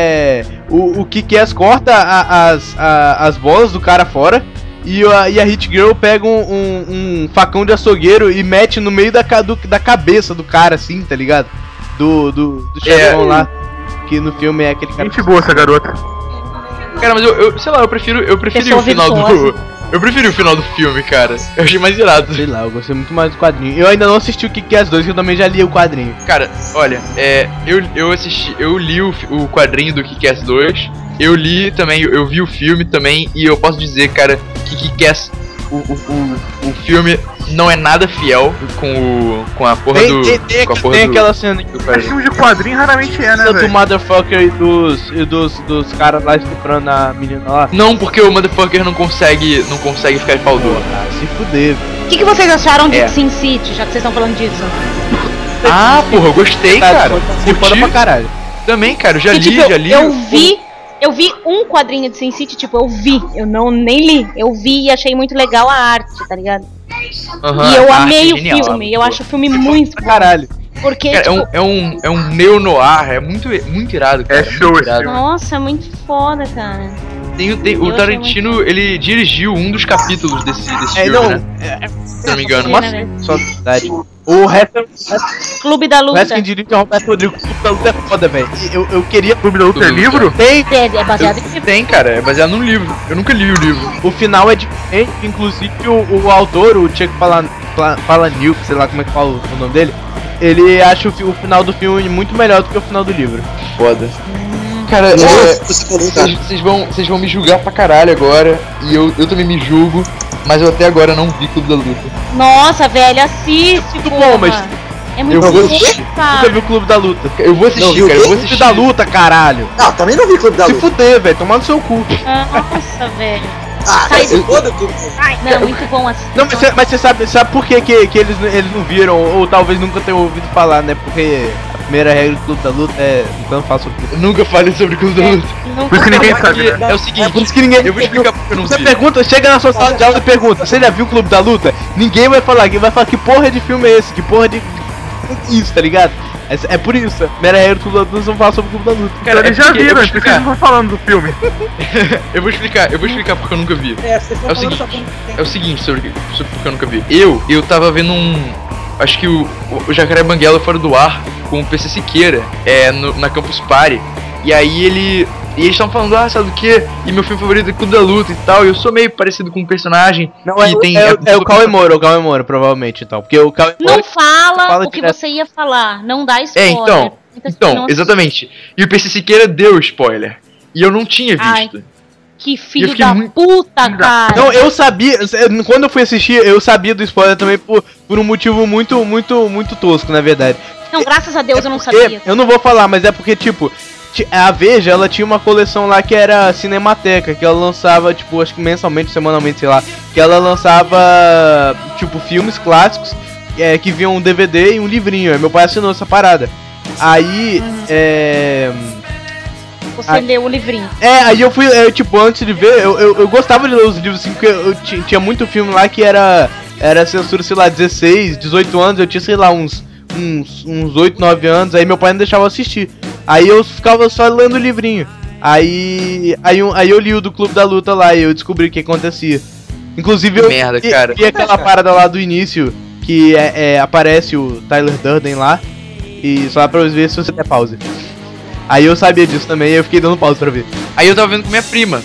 o Kick-Ass corta as bolas do cara fora e a Hit Girl pega um facão de açougueiro e mete no meio da cabeça do cara, assim, tá ligado? Do chefão lá, que no filme é aquele cara... Gente boa essa garota. Cara, mas eu sei lá, eu preferi o final do... Eu preferi o final do filme, cara. Eu achei mais irado. Sei lá, eu gostei muito mais do quadrinho. Eu ainda não assisti o Kick-Ass 2, que eu também já li o quadrinho. Cara, olha, eu li o quadrinho do Kick-Ass 2. Eu li também, eu vi o filme também. E eu posso dizer, cara, que Kick-Ass, o filme não é nada fiel com a porra tem aquela cena do filme de quadrinho raramente né, do Motherfucker e dos caras lá estuprando a menina lá. Não, porque o Motherfucker não consegue ficar de pau duro. Se fuder. O que vocês acharam de Sin City, já que vocês estão falando disso? Ah, porra, eu gostei, cara. Curti pra caralho. Também, cara, já li. Eu vi um quadrinho de Sin City, tipo, eu nem li. Eu vi e achei muito legal a arte, tá ligado? E eu amei o filme, eu acho o filme muito bom. Caralho. Porque, cara, tipo, é um neo-noir, é muito irado, cara. É show esse filme. Nossa, muito foda, cara. O Tarantino, ele dirigiu um dos capítulos desse filme, né? Se não me engano. Só verdade. O resto Clube da Luta. O resto quem dirige é o Roberto Rodrigo. Clube da Luta é foda, velho. Eu queria... Clube da Luta é livro? Tem. É baseado em livro. Tem, cara. É baseado num livro. Eu nunca li o livro. O final é diferente. Inclusive o autor, o Chuck Palahniuk, sei lá como é que fala o nome dele, ele acha o final do filme muito melhor do que o final do livro. Foda. Cara, vocês vão me julgar pra caralho agora. E eu também me julgo. Mas eu até agora não vi Clube da Luta. Nossa, velho, assiste, é muito bom, mas... É muito bom, cara. Nunca vi o Clube da Luta. Eu vou assistir, cara. Eu vou assistir. Clube da Luta, caralho. Não, também não vi Clube da Luta. Se fuder, velho. Tomar no seu cu. Nossa, velho. Sai do Clube. Não, muito bom assim. Não, mas você sabe por que eles não viram? Ou talvez nunca tenham ouvido falar, né? Porque... A primeira regra do Clube da Luta é nunca fale sobre Clube. Nunca fale sobre Clube da Luta. Por isso que ninguém sabe, né? É o seguinte, por isso que ninguém... Eu vou explicar porque eu não vi. Você vi. pergunta, chega na sua sala de aula e pergunta: você já viu o Clube da Luta? Ninguém vai falar, quem vai falar que porra de filme é esse? Que porra de... Isso, tá ligado? É por isso, a primeira regra do Clube da Luta não fala sobre o Clube da Luta. Cara, eles já viram, por que eles não estão falando do filme? eu vou explicar porque eu nunca vi. É o seguinte sobre porque eu nunca vi. Eu tava vendo acho que o Jacaré Banguela fora do ar com o PC Siqueira na Campus Party. E aí eles estavam falando, sabe do que? E meu filme favorito é Clube da Luta e tal. E eu sou meio parecido com um personagem. Não, é o Cauê Moura, provavelmente, então. Porque o Cauê Moura não fala o que você ia falar, não dá spoiler. Então, exatamente. E o PC Siqueira deu spoiler. E eu não tinha visto. Ai, que filho da puta, cara. Não, eu sabia, quando eu fui assistir, eu sabia do spoiler também por um motivo muito tosco, na verdade. Não, graças a Deus eu não sabia. Eu não vou falar, mas é porque, tipo, a Veja, ela tinha uma coleção lá que era Cinemateca, que ela lançava, tipo, acho que mensalmente, semanalmente, sei lá, que ela lançava, tipo, filmes clássicos que vinham um DVD e um livrinho. Aí meu pai assinou essa parada. Aí, Você leu o livrinho. Aí eu fui, tipo, antes de ver, eu gostava de ler os livros, assim, porque eu tinha muito filme lá que era censura, sei lá, 16, 18 anos, eu tinha, sei lá, uns 8, 9 anos, aí meu pai não deixava eu assistir. Aí eu ficava só lendo o livrinho. Aí eu li o do Clube da Luta lá e eu descobri o que acontecia. Inclusive eu vi aquela parada lá do início, que aparece o Tyler Durden lá, e só pra ver se você der pause. Aí eu sabia disso também e eu fiquei dando pause pra ver. Aí eu tava vendo com minha prima.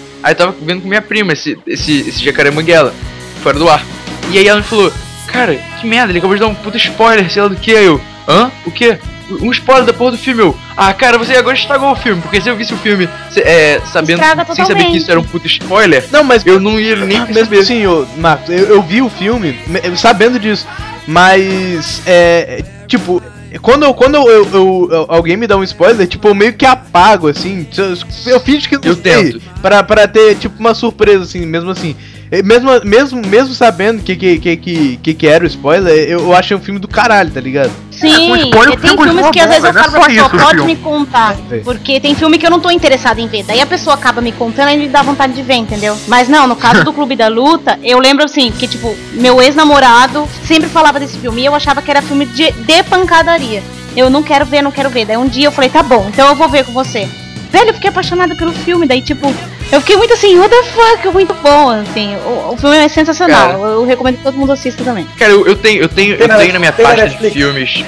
Esse Jacaré Manguela, fora do ar. E aí ela me falou, cara, que merda, ele acabou de dar um puta spoiler, sei lá do que. Aí eu, hã? O quê? Um spoiler da porra do filme, eu. Ah, cara, você agora estragou o filme, porque se eu visse o filme sabendo, sem saber que isso era um puta spoiler, não, mas eu não ia nem mesmo assim, Marcos, eu vi o filme sabendo disso, mas tipo, quando alguém me dá um spoiler, tipo, eu meio que apago, assim, eu finjo que não sei, pra ter, tipo, uma surpresa, assim, mesmo assim. Mesmo sabendo que era o spoiler, eu achei um filme do caralho, tá ligado? Sim, tem filmes que às vezes eu falo pra pessoa, pode me contar, porque tem filme que eu não tô interessado em ver, daí a pessoa acaba me contando e me dá vontade de ver, entendeu? Mas não, no caso do Clube da Luta, eu lembro assim, que tipo, meu ex-namorado sempre falava desse filme e eu achava que era filme de pancadaria. Eu não quero ver. Daí um dia eu falei, tá bom, então eu vou ver com você. Velho, eu fiquei apaixonada pelo filme, daí tipo, eu fiquei muito assim, what the fuck, muito bom, assim, o filme é sensacional, cara, eu recomendo que todo mundo assista também. Cara, eu tenho na minha pasta de filmes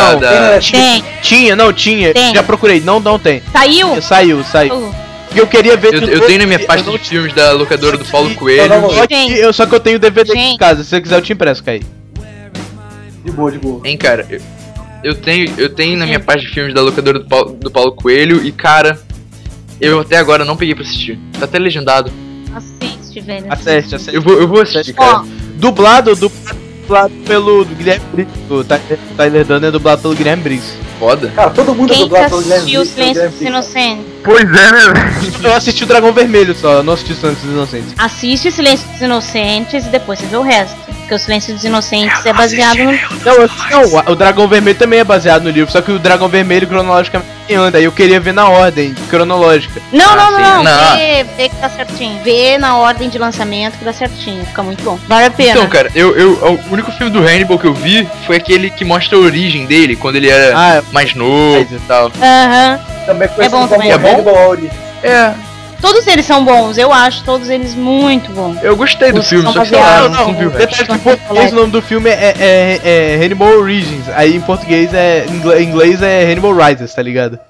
Tinha, já procurei, não tem. Saiu. Eu queria ver eu tenho na minha pasta de filmes da locadora do Paulo Coelho. Só que eu tenho DVD em casa, se você quiser eu te empresto, Caí. De boa. Hein, cara, eu tenho na minha pasta de filmes da locadora do Paulo Coelho e, cara, eu até agora não peguei pra assistir. Tá até legendado. Assiste, velho. Assiste. Eu vou assistir, cara. Dublado pelo Guilherme Briggs. O Tyler Durden é dublado pelo Guilherme Briggs. Foda. Cara, todo mundo é dublado pelo Guilherme Briggs. Quem assistiu o Silêncio dos Inocentes? Pois é, né? Eu assisti o Dragão Vermelho só, eu não assisti o Silêncio dos Inocentes. Assiste o Silêncio dos Inocentes e depois você vê o resto. Porque o Silêncio dos Inocentes é baseado no... Não, o Dragão Vermelho também é baseado no livro, só que o Dragão Vermelho cronologicamente anda, e eu queria ver na ordem cronológica. Não. Vê que tá certinho. Vê na ordem de lançamento que dá certinho, fica muito bom. Vale a pena. Então, cara, o único filme do Hannibal que eu vi foi aquele que mostra a origem dele, quando ele era mais novo e tal. Também é bom também. É bom? Todos eles são bons, eu acho todos eles muito bons. Eu gostei do filme, só que sei lá, não viu. Detalhe que em português o nome do filme é Hannibal Origins, aí em português em inglês é Hannibal Rises, tá ligado?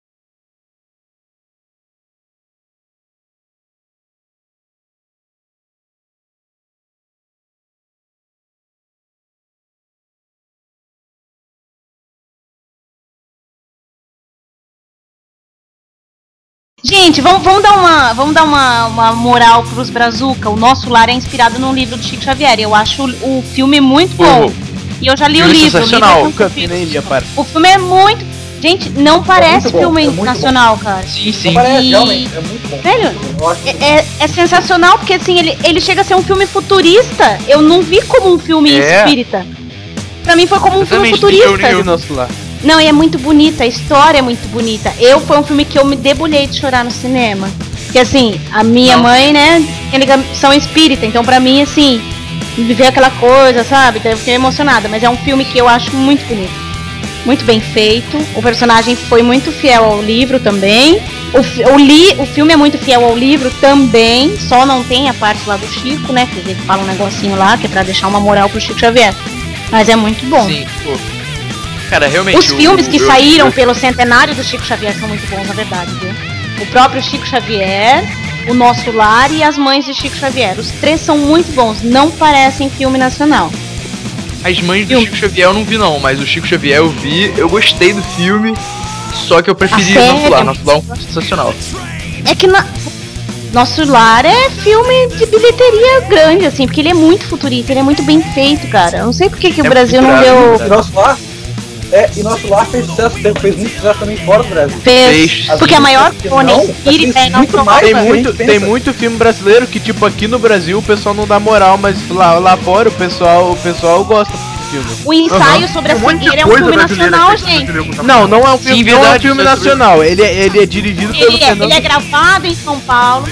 Gente, vamos dar uma moral pros Brazuca. O Nosso Lar é inspirado num livro do Chico Xavier. Eu acho o filme muito bom. E eu já li o livro. O filme é muito... Gente, não parece filme nacional, cara. Sim, sim. Não parece, realmente, é muito bom. Velho, é sensacional, porque assim, ele chega a ser um filme futurista. Eu não vi como um filme espírita. Pra mim foi como um filme futurista. Nosso Lar. Não, e é muito bonita, a história é muito bonita. Foi um filme que eu me debulhei de chorar no cinema. Porque assim, a minha mãe, né, tem ligação espírita, então pra mim, assim, viver aquela coisa, sabe? Eu fiquei emocionada, mas é um filme que eu acho muito bonito. Muito bem feito. O personagem foi muito fiel ao livro também. O filme é muito fiel ao livro também, só não tem a parte lá do Chico, né? Que ele fala um negocinho lá, que é pra deixar uma moral pro Chico Xavier. Mas é muito bom. Sim, pô. Cara, realmente, os filmes que saíram pelo centenário do Chico Xavier são muito bons, na verdade, viu? O próprio Chico Xavier, O Nosso Lar e As Mães de Chico Xavier. Os três são muito bons, não parecem filme nacional. As Mães do Chico Xavier eu não vi não, mas o Chico Xavier eu vi, eu gostei do filme, só que eu preferi Nosso Lar. Nosso Lar é um filme sensacional. É que Nosso Lar é filme de bilheteria grande, assim, porque ele é muito futurista, ele é muito bem feito, cara. Eu não sei porque que o Brasil não deu... Nosso Lar? E Nosso Lar fez sucesso, fez muito sucesso também fora do Brasil. Fez. Porque a maior fone espírita é muito mais. Tem muito filme brasileiro que, tipo, aqui no Brasil o pessoal não dá moral, mas lá fora o pessoal gosta. filme. O ensaio sobre a cegueira é um filme nacional, gente. Não, não é um filme, não é um filme nacional. Ele é dirigido pelo Fernando. Ele é gravado em São Paulo.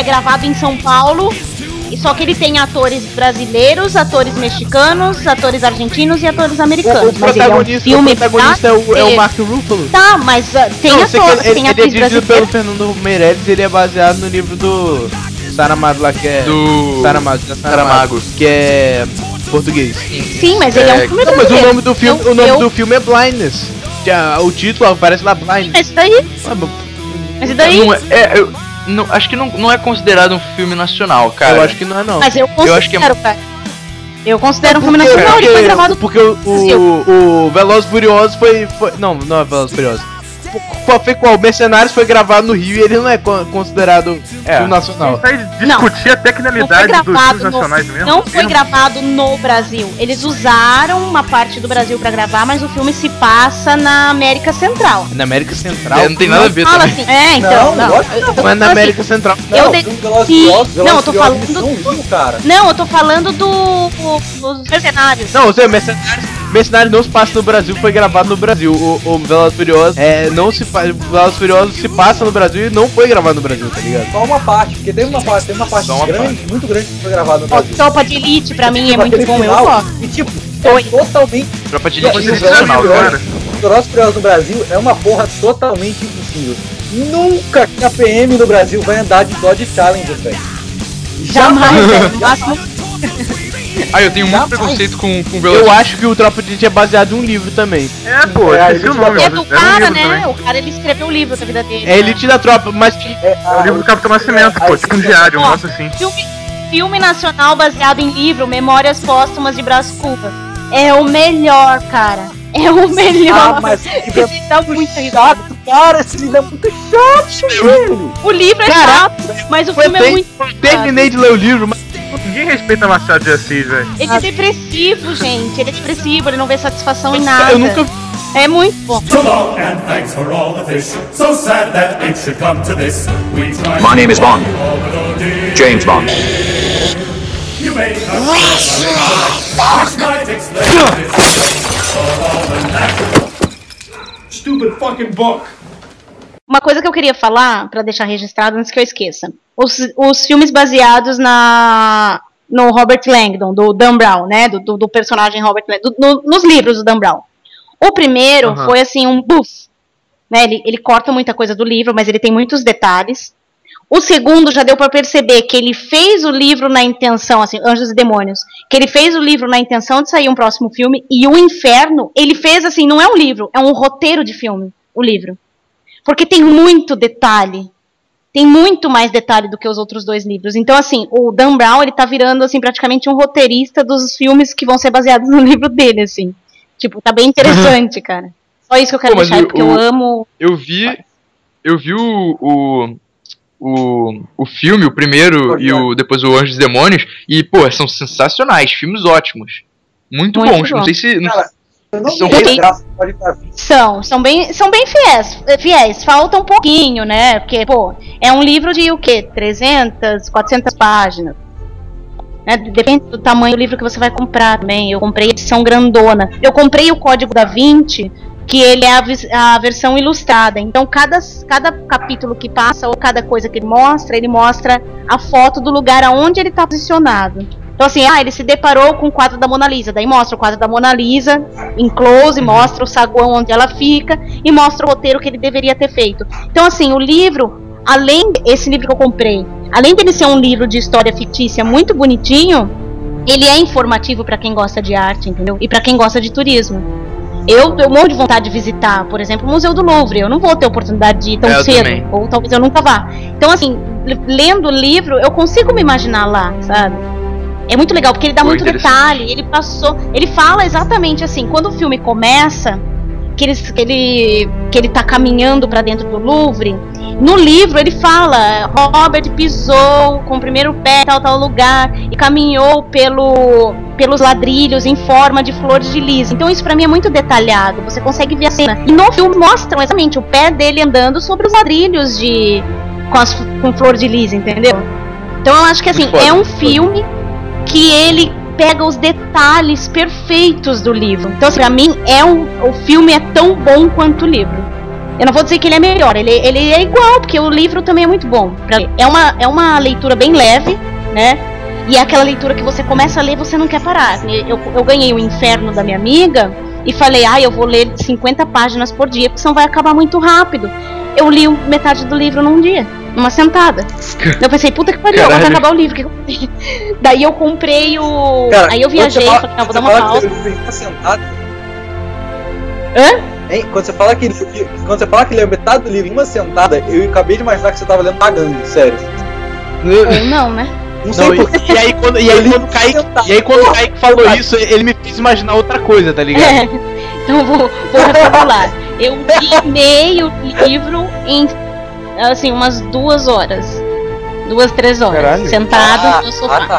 Só que ele tem atores brasileiros, atores mexicanos, atores argentinos e atores americanos. O protagonista é o Mark Ruffalo. Tá, mas tem atores, tem atriz brasileira. Ele é dirigido pelo Fernando Meirelles, ele é baseado no livro do Saramago lá, que é... Saramago, que é português. Sim, mas ele é um filme mas o nome do filme é Blindness. O título aparece lá, Blindness. Mas e daí? Não, acho que não é considerado um filme nacional, cara. Eu acho que não é, não. Mas eu considero, cara. Eu considero um filme nacional, ele foi gravado... Porque o Velozes e Furiosos foi... Não é Velozes e Furiosos. Foi qual? Mercenários foi gravado no Rio e ele não é considerado filme nacional. Vai discutir a tecnicalidade dos filmes nacionais mesmo. Não foi gravado no Brasil. Eles usaram uma parte do Brasil pra gravar, mas o filme se passa na América Central. Na América Central? Não tem nada a ver também. Assim. Então, não é na América Central. Não, eu tô falando Não, eu tô falando dos Mercenários. Não, Mercenários não se passa no Brasil, foi gravado no Brasil. O Velozes e Furiosos Velozes e Furiosos se passa no Brasil e não foi gravado no Brasil, tá ligado? Só uma parte, porque tem uma parte muito grande que foi gravada no Brasil. Tropa de Elite pra mim é muito bom, eu gosto. E tipo, totalmente... Tropa de Elite é sensacional, cara. O Velozes e Furiosos no Brasil é uma porra totalmente impossível. Nunca que a PM no Brasil vai andar de Dodge Challenger, velho. Jamais, velho. Eu tenho muito preconceito com o Velozes. Eu acho que o Tropa de Elite é baseado em um livro também. Esqueci o nome. É do cara, né? O cara, ele escreveu o livro da vida dele. É Elite da Tropa, mas... É o livro do Capitão Nascimento, tipo um diário, um negócio assim. Filme nacional baseado em livro, Memórias Póstumas de Brás Cubas. É o melhor, cara. É o melhor. Mas esse dá muito risada. Cara, esse livro é muito chato, velho. O livro é chato, mas o filme é muito... Terminei de ler o livro, mas... Ninguém respeita Machado de Assis, velho. Ele é depressivo, gente. Ele é depressivo, ele não vê satisfação em nada. Eu nunca... É muito bom. So long and thanks for all the fish. So sad that it should come to this. My name is Bond. James Bond. You may have which might explain this. Stupid fucking book. Uma coisa que eu queria falar, pra deixar registrado antes que eu esqueça. Os filmes baseados no Robert Langdon, do Dan Brown, né? Do personagem Robert Langdon, nos livros do Dan Brown. O primeiro foi assim, um buff. Né? Ele corta muita coisa do livro, mas ele tem muitos detalhes. O segundo já deu pra perceber que ele fez o livro na intenção, assim, Anjos e Demônios, que ele fez o livro na intenção de sair um próximo filme, e o Inferno, ele fez assim, não é um livro, é um roteiro de filme, o livro. Porque tem muito detalhe. Tem muito mais detalhe do que os outros dois livros. Então, assim, o Dan Brown, ele tá virando, assim, praticamente um roteirista dos filmes que vão ser baseados no livro dele, assim. Tipo, tá bem interessante, cara. Só isso que eu quero deixar aí, porque eu amo... Eu vi o filme, o primeiro e depois o Anjos e Demônios, e, pô, são sensacionais, filmes ótimos. Muito bons. Bom. Não sei se... São bem fiéis. Falta um pouquinho, né? Porque, pô, é um livro de o quê? 300, 400 páginas. Né? Depende do tamanho do livro que você vai comprar também. Eu comprei a edição grandona. Eu comprei o Código da Vinci, que ele é a versão ilustrada. Então, cada capítulo que passa, ou cada coisa que ele mostra a foto do lugar aonde ele está posicionado. Então assim, ele se deparou com o quadro da Mona Lisa, daí mostra o quadro da Mona Lisa em close, mostra o saguão onde ela fica e mostra o roteiro que ele deveria ter feito. Então assim, o livro, esse livro que eu comprei, além dele ser um livro de história fictícia muito bonitinho, ele é informativo para quem gosta de arte, entendeu? E para quem gosta de turismo. Eu tenho um monte de vontade de visitar, por exemplo, o Museu do Louvre. Eu não vou ter oportunidade de ir tão cedo, também. Ou talvez eu nunca vá. Então assim, lendo o livro, eu consigo me imaginar lá, sabe? É muito legal, porque ele dá muito detalhe. Ele fala exatamente assim, quando o filme começa, que ele tá caminhando pra dentro do Louvre, no livro ele fala, Robert pisou com o primeiro pé em tal lugar e caminhou pelos ladrilhos em forma de flores de lis. Então isso pra mim é muito detalhado, você consegue ver a cena. E no filme mostram exatamente o pé dele andando sobre os ladrilhos com flor de lis, entendeu? Então eu acho que assim, é um filme que ele pega os detalhes perfeitos do livro. Então, assim, pra mim, o filme é tão bom quanto o livro. Eu não vou dizer que ele é melhor, ele é igual, porque o livro também é muito bom. É uma leitura bem leve, né? E é aquela leitura que você começa a ler e você não quer parar. Eu ganhei o Inferno da minha amiga e falei, eu vou ler 50 páginas por dia, porque senão vai acabar muito rápido. Eu li metade do livro num dia, numa sentada. Eu pensei, puta que pariu, vai acabar o livro. Daí eu comprei o... Cara, aí eu viajei, falei, vou dar uma pausa. Hã? Hein? Quando você fala que leu metade do livro em uma sentada, eu acabei de imaginar que você tava lendo pagando, sério. Ou não, né? Não sei por quê. E aí quando o Kaique falou isso, ele me fez imaginar outra coisa, tá ligado? Então vou reformular. Eu li meio livro em, assim, umas 2 horas. 2, 3 horas. Caralho. Sentado no sofá.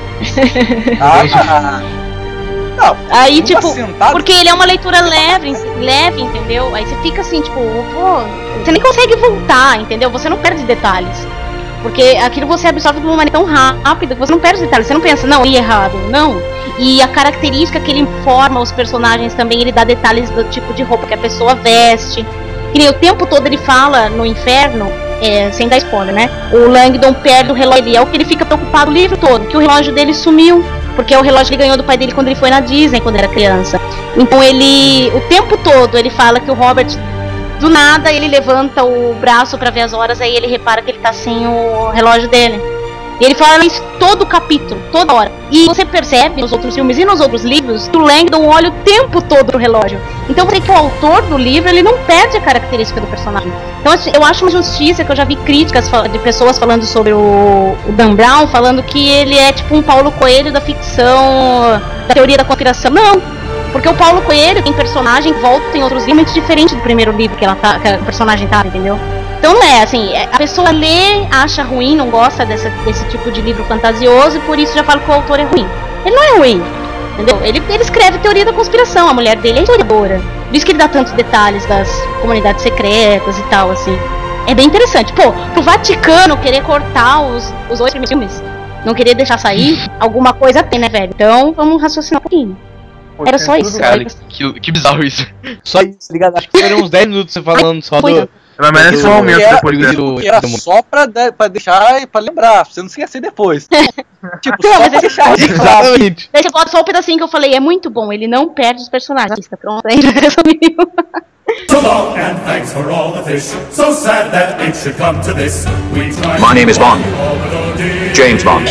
Não, aí, tipo, sentada, porque ele é uma leitura leve, entendeu? Aí você fica assim, tipo, você nem consegue voltar, entendeu? Você não perde detalhes. Porque aquilo você absorve de uma maneira tão rápida que você não perde detalhes. Você não pensa, não, li errado, não. E a característica que ele informa os personagens também, ele dá detalhes do tipo de roupa que a pessoa veste. E nem o tempo todo ele fala no Inferno, sem dar spoiler, né? O Langdon perde o relógio, é o que ele fica preocupado o livro todo, que o relógio dele sumiu. Porque é o relógio que ele ganhou do pai dele quando ele foi na Disney, quando era criança. Então o tempo todo, ele fala que o Robert, do nada, ele levanta o braço pra ver as horas, aí ele repara que ele tá sem o relógio dele. E ele fala isso todo o capítulo, toda hora. E você percebe nos outros filmes e nos outros livros que o Langdon olha o tempo todo pro relógio. Então você que o autor do livro, ele não perde a característica do personagem. Então eu acho uma justiça, que eu já vi críticas de pessoas falando sobre o Dan Brown, falando que ele é tipo um Paulo Coelho da ficção, da teoria da conspiração. Não, porque o Paulo Coelho tem personagem que volta em outros livros muito diferente do primeiro livro que o personagem tá, entendeu? Então não é assim, a pessoa lê, acha ruim, não gosta desse tipo de livro fantasioso e por isso já fala que o autor é ruim. Ele não é ruim, entendeu? Ele escreve teoria da conspiração, a mulher dele é historiadora. Por isso que ele dá tantos detalhes das comunidades secretas e tal, assim. É bem interessante. Pô, pro Vaticano querer cortar os 2 primeiros filmes, não querer deixar sair, alguma coisa tem, né, velho? Então vamos raciocinar um pouquinho. Era só isso. Cara, que bizarro isso. Só isso, ligado? Acho que foram uns 10 minutos você falando só do... Mas merece um aumento depois disso. Era só pra deixar e pra lembrar, pra você não esquecer depois. Tipo, só pra deixar. Exatamente. Deixa eu botar só um pedacinho que eu falei, é muito bom, ele não perde os personagens. Pronto, aí já resumiu. So long and thanks for all the fish. So sad that it should come to this. My name is Bond. James Bond.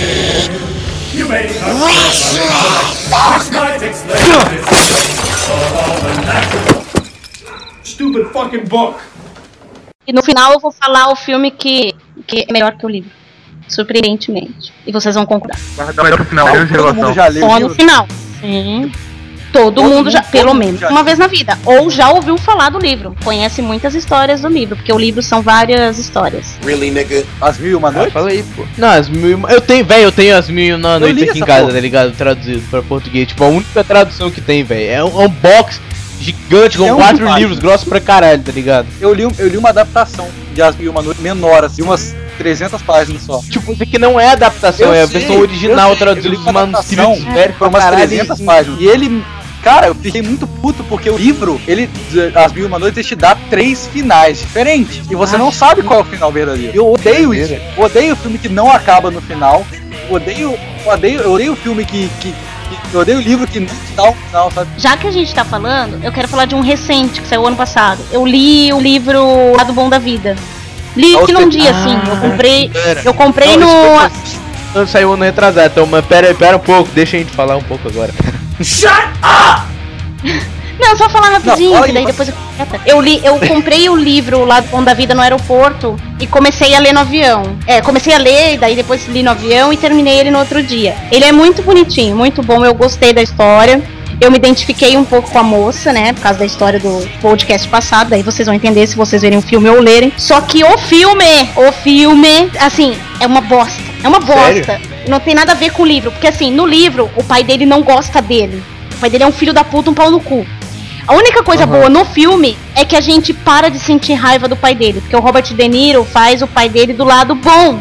You may might explain this all the natural. Stupid fucking book. E no final eu vou falar o filme que é melhor que o livro. Surpreendentemente. E vocês vão concordar. Vai dar melhor pro final, todo mundo já leu. Só no final. Sim. Todo mundo já, pelo menos uma vez na vida. Ou já ouviu falar do livro. Conhece muitas histórias do livro. Porque o livro são várias histórias. Really, nigga? As 1001 Noites? Fala aí, pô. Não, as 1001... Eu tenho as 1001 Noites aqui em casa, tá ligado? Traduzido pra português. Tipo, a única tradução que tem, velho. É um box gigante, com 4 livros, grossos pra caralho, tá ligado? Eu li uma adaptação de As 1001 Noites menor, assim, umas 300 páginas só. Tipo, isso aqui não é adaptação, é a versão original traduzida dos manuscritos. Foi umas 300 páginas. E ele... Cara, eu fiquei muito puto porque o livro, As 1001 Noites, ele te dá 3 finais diferentes. E você não sabe qual é o final verdadeiro. Eu odeio isso. Eu odeio o filme que não acaba no final. Eu odeio o filme eu odeio o livro que não dá um final, sabe? Já que a gente tá falando, eu quero falar de um recente que saiu ano passado. Eu li o livro Lado Bom da Vida. Li que num dia, assim. Eu comprei no... Não saiu ano retrasado, então, mas pera um pouco, deixa a gente falar um pouco agora. Shut up! Não, só falar rapidinho, que daí depois eu comprei o livro Lado Bom da Vida no aeroporto e comecei a ler no avião. Comecei a ler, e daí depois li no avião e terminei ele no outro dia. Ele é muito bonitinho, muito bom, eu gostei da história. Eu me identifiquei um pouco com a moça, né, por causa da história do podcast passado, daí vocês vão entender se vocês verem o filme ou lerem. Só que o filme, assim, é uma bosta. É uma bosta. Sério? Não tem nada a ver com o livro, porque assim, no livro, o pai dele não gosta dele. O pai dele é um filho da puta, um pau no cu. A única coisa boa no filme é que a gente para de sentir raiva do pai dele, porque o Robert De Niro faz o pai dele do lado bom,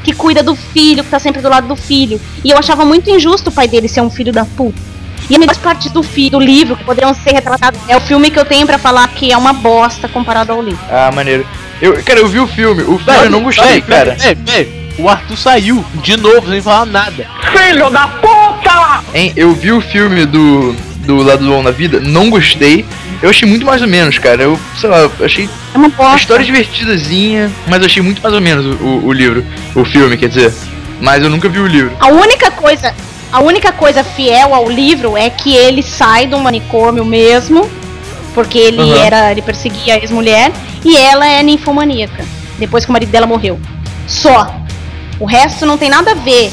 que cuida do filho, que tá sempre do lado do filho. E eu achava muito injusto o pai dele ser um filho da puta. E a melhor parte do livro que poderiam ser retratados é o filme que eu tenho pra falar que é uma bosta comparado ao livro. Ah, maneiro. Eu vi o filme eu não gostei, cara. O Arthur saiu de novo sem falar nada. Filho da puta! Hein, eu vi o filme do Lado Bom da Vida, não gostei. Eu achei muito mais ou menos, cara. Eu, sei lá, achei a história divertidazinha, mas eu achei muito mais ou menos o livro. O filme, quer dizer. Mas eu nunca vi o livro. A única coisa fiel ao livro é que ele sai do manicômio mesmo, porque ele ele perseguia a ex-mulher, e ela é ninfomaníaca, depois que o marido dela morreu. Só. O resto não tem nada a ver.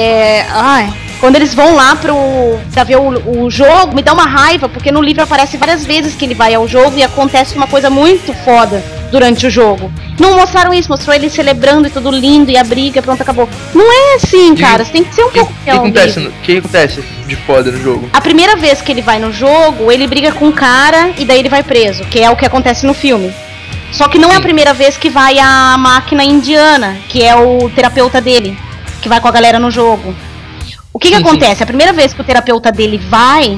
Quando eles vão lá pra ver o jogo, me dá uma raiva, porque no livro aparece várias vezes que ele vai ao jogo e acontece uma coisa muito foda durante o jogo. Não mostraram isso, mostrou ele celebrando e tudo lindo, e a briga, pronto, acabou. Não é assim, cara, você tem que ser um pouco fiel. O que acontece de foda no jogo? A primeira vez que ele vai no jogo, ele briga com um cara e daí ele vai preso, que é o que acontece no filme. Só que não é a primeira vez que vai a máquina indiana, que é o terapeuta dele, que vai com a galera no jogo. O que acontece? A primeira vez que o terapeuta dele vai,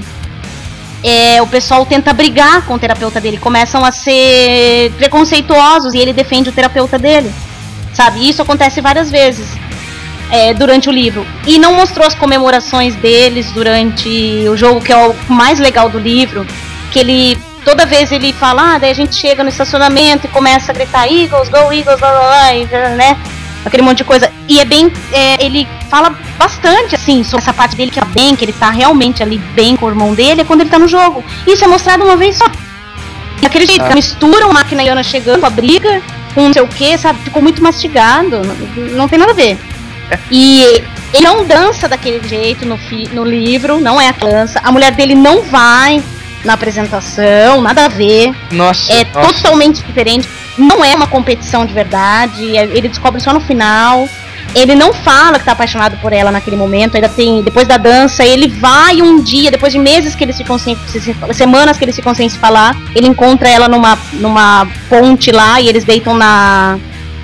o pessoal tenta brigar com o terapeuta dele, começam a ser preconceituosos e ele defende o terapeuta dele, sabe? E isso acontece várias vezes durante o livro. E não mostrou as comemorações deles durante o jogo, que é o mais legal do livro, que ele... Toda vez ele fala, daí a gente chega no estacionamento e começa a gritar Eagles, go Eagles, blá, blá, blá, né? Aquele monte de coisa. E é bem... ele fala bastante, assim, sobre essa parte dele que é bem, que ele tá realmente ali bem com o irmão dele, é quando ele tá no jogo. Isso é mostrado uma vez só. Daquele jeito, misturam a máquina Iana chegando, a briga, com não sei o que, sabe? Ficou muito mastigado, não tem nada a ver. E ele não dança daquele jeito no livro, não é a dança. A mulher dele não vai na apresentação, nada a ver. Nossa. Totalmente diferente. Não é uma competição de verdade. Ele descobre só no final. Ele não fala que tá apaixonado por ela naquele momento. Ainda tem, depois da dança, ele vai um dia, depois de meses que eles ficam semanas que eles ficam sem se falar, ele encontra ela numa ponte lá e eles deitam na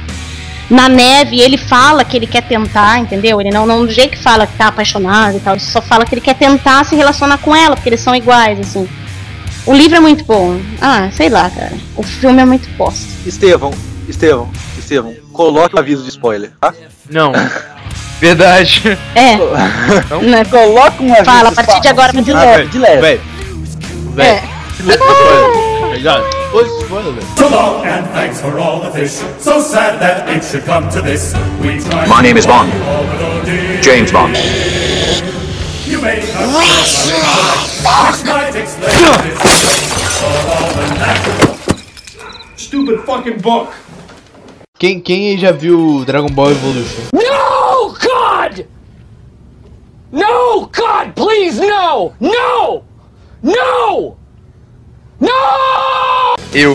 neve, e ele fala que ele quer tentar, entendeu? Ele não do jeito que fala que tá apaixonado e tal, ele só fala que ele quer tentar se relacionar com ela, porque eles são iguais, assim. O livro é muito bom. Sei lá, cara. O filme é muito bosta. Estevão, coloque um aviso de spoiler, tá? Não. Verdade. Não. Coloca um aviso. Fala, a partir de agora de leve. Véi. So long and thanks for all the fish. So sad that it should come to this. My name is Bond. James Bond. You may have stupid fucking book. Quem aí já viu Dragon Ball Evolution? No, God! No, God, please, no! No! No! No! Eu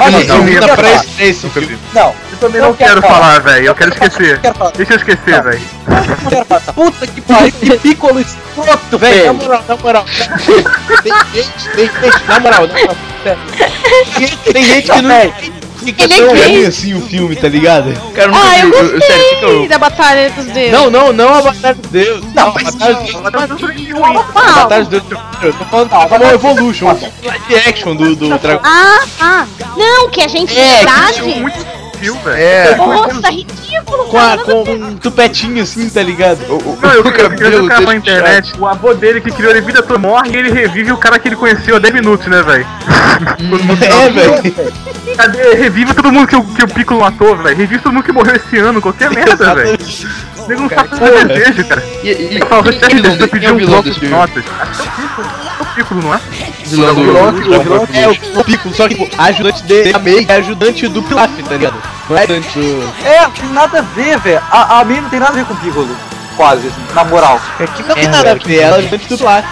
também não quero falar, velho. Eu quero esquecer. Deixa eu esquecer, velho. Puta que pariu, que Piccolo escroto, velho. Na moral. Na moral. Tem gente que não fica tão ruim assim o filme, tá ligado? Cara, eu gostei da Batalha dos Deuses. Não a Batalha dos Deuses. Não, a Batalha dos Deuses. Eu tô falando do Evolution, live action do Dragon. Não, que a gente verdade. Nossa, ridículo, cara. Com um tupetinho assim, tá ligado? Eu quero jogar na internet. O avô dele que criou ele vida toda morre e ele revive o cara que ele conheceu há 10 minutos, né, velho? Velho. Cadê? Revive todo mundo que o Piccolo matou, velho. Revive todo mundo que morreu esse ano, qualquer merda, velho. O nego não sabe o que desejo, cara. E fala, você pediu um bloco de notas. É o Piccolo, não é? É o Piccolo, só que a ajudante dele, a May, é ajudante do Pilaf, tá ligado? Não é ajudante do... tem nada a ver, velho. A May não tem nada a ver com o Piccolo. Quase, assim, na moral. Não tem nada a ver, ela é ajudante do Pilaf.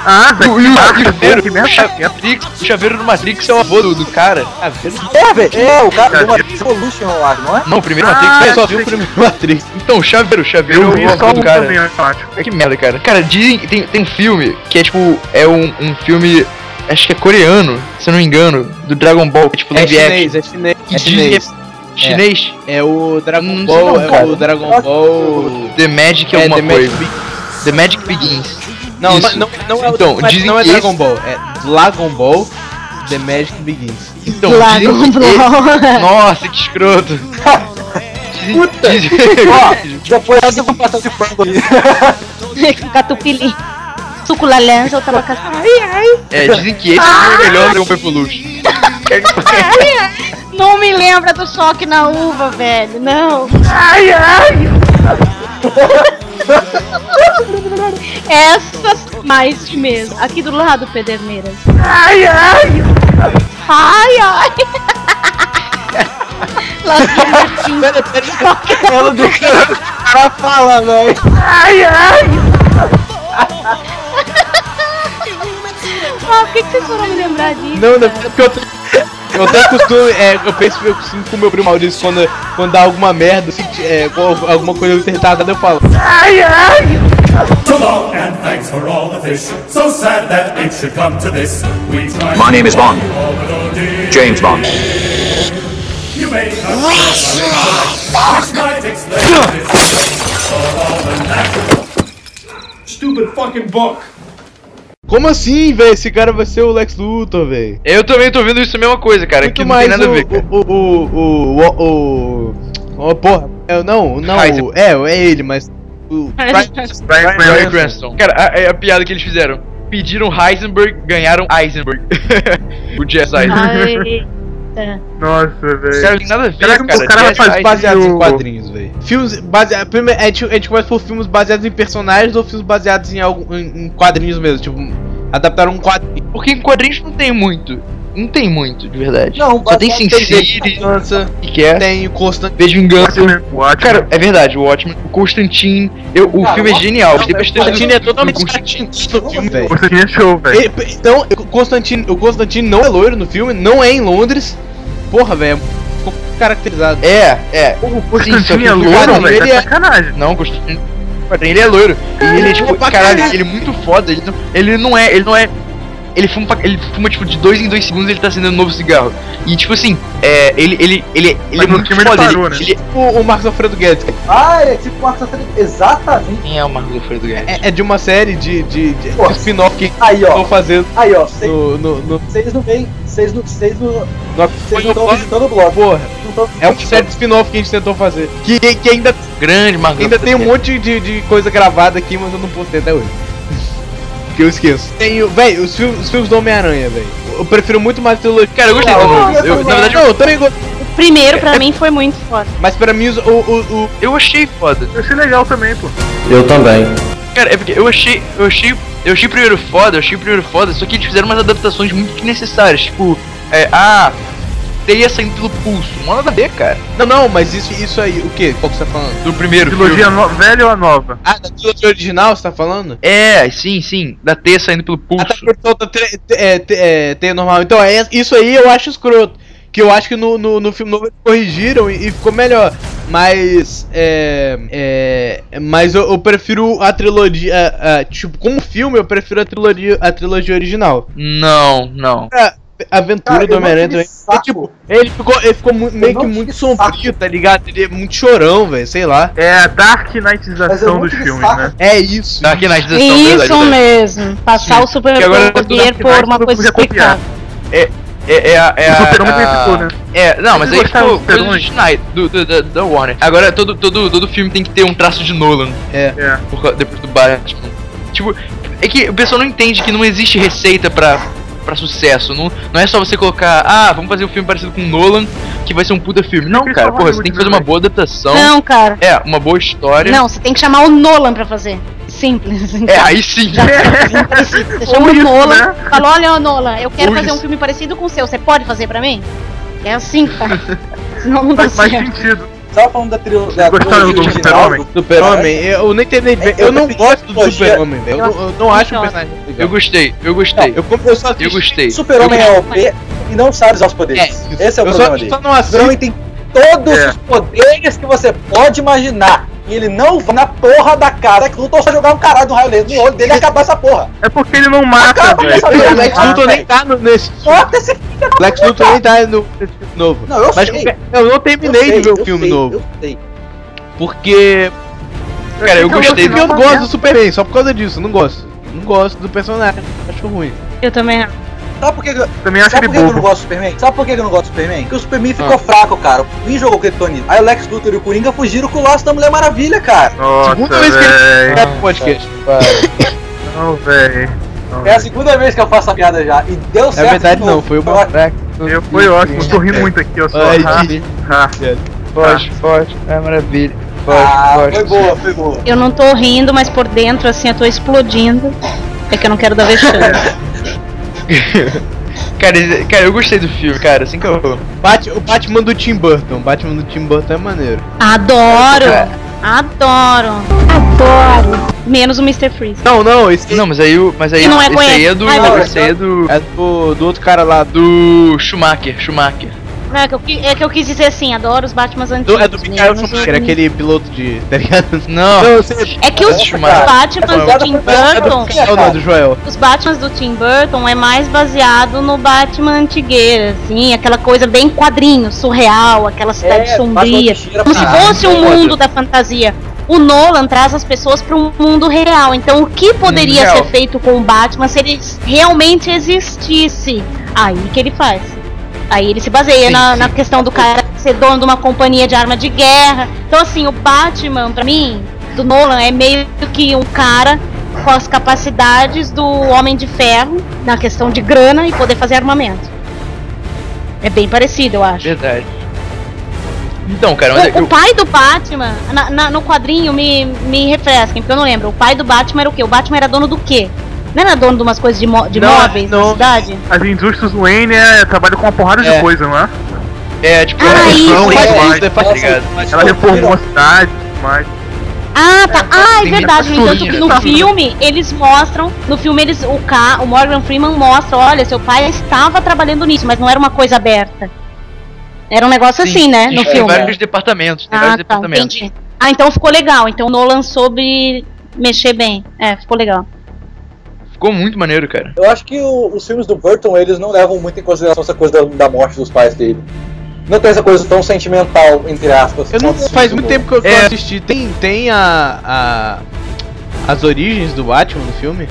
O chaveiro do Matrix é o avô do cara. Velho. O cara do Matrix Evolution, eu acho, não é? Não, o primeiro Matrix. Eu só vi o primeiro Matrix. Então, o chaveiro eu vi só do cara. Que merda, cara. Cara, tem um filme que é tipo, é um filme, acho que é coreano, se eu não me engano, do Dragon Ball, que é tipo live action. É chinês. Chinês? É o Dragon Ball, o Dragon Ball... The Magic é uma coisa. The Magic Begins. Não é então, não é Dragon Ball, é Dragon Ball, The Magic Begins. Então, Dragon Ball. Nossa, que escroto. Puta! Ó, depois eu vou passar de frango ali. Catupiry. Sucula lança, eu tava caçando. Dizem que esse é o melhor Dragon Ball Evolution. Não me lembra do choque na uva, velho. Não. Essas mais mesmo. Aqui do lado, Pederneiras. Ela do cara fala, velho. Por que vocês foram me lembrar disso? Não, porque eu tenho costume, eu costumo com o meu primo Maurício quando dá alguma merda, assim, alguma coisa retardada, eu falo. So long and thanks for all the fish. So sad that it should come to this. We try. My name is Bond. James Bond. You may not which might explain this. All the natural. Stupid fucking book. Como assim, velho? Esse cara vai ser o Lex Luthor, velho. Eu também tô vendo isso a mesma coisa, cara. Muito que não tem nada a ver, cara. Porra. É ele, mas... Bryan Cranston. Cara, a piada que eles fizeram. Pediram Heisenberg, ganharam Eisenberg. O Jess Eisenberg. Nossa, velho. Cara, não tem nada a ver, cara. O cara faz baseados em quadrinhos, velho. Filmes baseados... Primeiro, a gente começa por filmes baseados em personagens ou filmes baseados em quadrinhos mesmo? Tipo, adaptaram um quadrinho. Porque em quadrinhos não tem muito. Não tem muito, de verdade. Não, só tem Sin City, tem o Constantine. Vejo Vingança. Cara, é verdade, o Watchmen, o Constantine. O filme é genial. O Constantine é totalmente Constantine no filme, velho. Constantine é show, velho. Então, o Constantine não é loiro no filme, não é em Londres. Porra, velho, ficou caracterizado. O Constantine é loiro, velho, é sacanagem. Não, o Constantine, ele é loiro. E ele é tipo, caralho, ele é muito foda. Ele não é. Ele fuma tipo de 2 em 2 segundos ele tá acendendo um novo cigarro. E tipo assim, ele é muito foda. Parou, né? O Marcos Alfredo Guedes. É tipo o Marcos Alfredo. Exatamente. Quem é o Marcos Alfredo Guedes? É de uma série de spin-off que estão fazendo. Aí, ó. Vocês não veem. Vocês não estão visitando o blog. Porra. É uma série de spin-off que a gente tentou fazer. Que ainda. Grande, Marcos. Ainda tem um monte de coisa gravada aqui, mas eu não postei até hoje. Que eu esqueço. Véi, os filmes do Homem-Aranha, velho. Eu prefiro muito mais a trilogia. Cara, eu gostei do novo. Na verdade, eu também gosto. O primeiro, pra mim, foi muito foda. Mas pra mim, eu achei foda. Eu achei legal também, pô. Eu também. Cara, é porque eu achei o primeiro foda, só que eles fizeram umas adaptações muito desnecessárias. Tipo, teria saindo pelo pulso. Não nada a ver, cara. Não, mas isso aí, o quê? Qual que você tá falando? Do primeiro trilogia velha ou a nova? Da trilogia original, você tá falando? Sim. Da T saindo pelo pulso. T normal. Então, isso aí eu acho escroto. Que eu acho que no filme novo eles corrigiram e ficou melhor. Mas mas eu prefiro a trilogia. Tipo, como filme, eu prefiro a trilogia original. Não. A aventura do Homem-Aranha também. Tipo, ele ficou meio que muito sombrio, tá ligado? Ele é muito chorão, velho, sei lá. É a Dark Knightização dos filmes, né? É isso. Dark Knightização. Isso mesmo. Passar o superpoder por uma coisa explicável. Não, mas aí ficou coisa do Schneider, da Warner. Agora todo filme tem que ter um traço de Nolan. Depois do Batman. Tipo, é que o pessoal não entende que não existe receita pra sucesso. Não é só você colocar, vamos fazer um filme parecido com Nolan, que vai ser um puta filme. Não, cara, porra, você tem que fazer uma boa adaptação. Não, cara. Uma boa história. Não, você tem que chamar o Nolan pra fazer. Simples. Então. Aí sim. Você chama o Nolan, né? Fala, olha, Nolan, eu quero fazer um filme parecido com o seu, você pode fazer pra mim? É assim, cara. Senão não dá certo. Faz sentido. Tava falando da trilogia do Super-Homem? Super-Homem, eu nem entendi. Eu não gosto do Super-Homem, velho. Eu não acho o personagem legal. Eu gostei. Eu gostei. Super-Homem é OP e não sabe usar os poderes. Esse é o problema dele. O Super-Homem tem todos os poderes que você pode imaginar. e ele não vai na porra da cara que Luthor só jogar um caralho no raio laser no olho dele e acabar essa porra. É porque ele não mata, velho. O Lex Luthor nem tá nesse. Corta esse filho da Lex Luthor nem tá no filme novo. Não, eu mas sei. Eu não terminei de ver o filme novo. Eu sei. Porque. Cara, eu gostei do. Eu não gosto do Superman, só por causa disso. Não gosto. Não gosto do personagem. Acho ruim. Eu também não. Sabe por que eu, também acho sabe ele por que eu bobo. não gosto do Superman? Sabe por que eu não gosto do Superman? Porque o Superman ficou fraco, cara. O Queen jogou Kryptonita. Aí o Lex Luthor e o Coringa fugiram com o laço da Mulher Maravilha, cara. Nossa, Segunda vez que ele tá no podcast. Não, velho. É a segunda vez que eu faço a piada já. E deu certo. É verdade, não. Foi uma fraca. Foi ótimo. Eu tô rindo muito aqui, ó. Só. Forte. É maravilha. Foi boa, foi boa. Eu não tô rindo, mas por dentro, assim, eu tô explodindo. É que eu não quero dar vexame. Cara, eu gostei do filme, cara, assim que eu... O Batman do Tim Burton. O Batman do Tim Burton é maneiro. Adoro! Menos o Mr. Freeze. Não, esse... Não, mas aí não é esse aí é do... Esse aí é do... É do outro cara lá, do Schumacher. Não, é que eu quis dizer assim, adoro os Batmans antigos. É do Michael Schumacher, aquele piloto de... tá ligado? Não, é que os Batmans do Tim Burton... Não, do Joel. Os Batmans do Tim Burton é mais baseado no Batman antigueiro, assim, aquela coisa bem quadrinho, surreal, aquela cidade sombria, como se fosse um mundo da fantasia. O Nolan traz as pessoas para um mundo real. Então, o que poderia ser feito com o Batman se ele realmente existisse? Aí que ele faz. Aí ele se baseia na questão do cara ser dono de uma companhia de arma de guerra. Então, assim, o Batman, pra mim, do Nolan, é meio que um cara com as capacidades do Homem de Ferro na questão de grana e poder fazer armamento. É bem parecido, eu acho. Verdade. Então, cara, o pai do Batman, no quadrinho, me refresquem, porque eu não lembro. O pai do Batman era o quê? O Batman era dono do quê? Não era dono de umas coisas de móveis na cidade? As indústrias Wayne trabalham com uma porrada de coisa, não é? É, tipo, ela reformou a cidade e tudo mais. Ah, tá. É verdade. No entanto que no filme eles mostram. No filme o Morgan Freeman mostra, olha, seu pai estava trabalhando nisso, mas não era uma coisa aberta. Era um negócio assim, né? No filme. Tem vários departamentos. Entendi. Então ficou legal. Então o Nolan soube mexer bem. Ficou legal. Ficou muito maneiro, cara. Eu acho que os filmes do Burton, eles não levam muito em consideração essa coisa da morte dos pais dele. Não tem essa coisa tão sentimental, entre aspas. Faz muito tempo que eu assisti. Tem as origens do Batman no filme?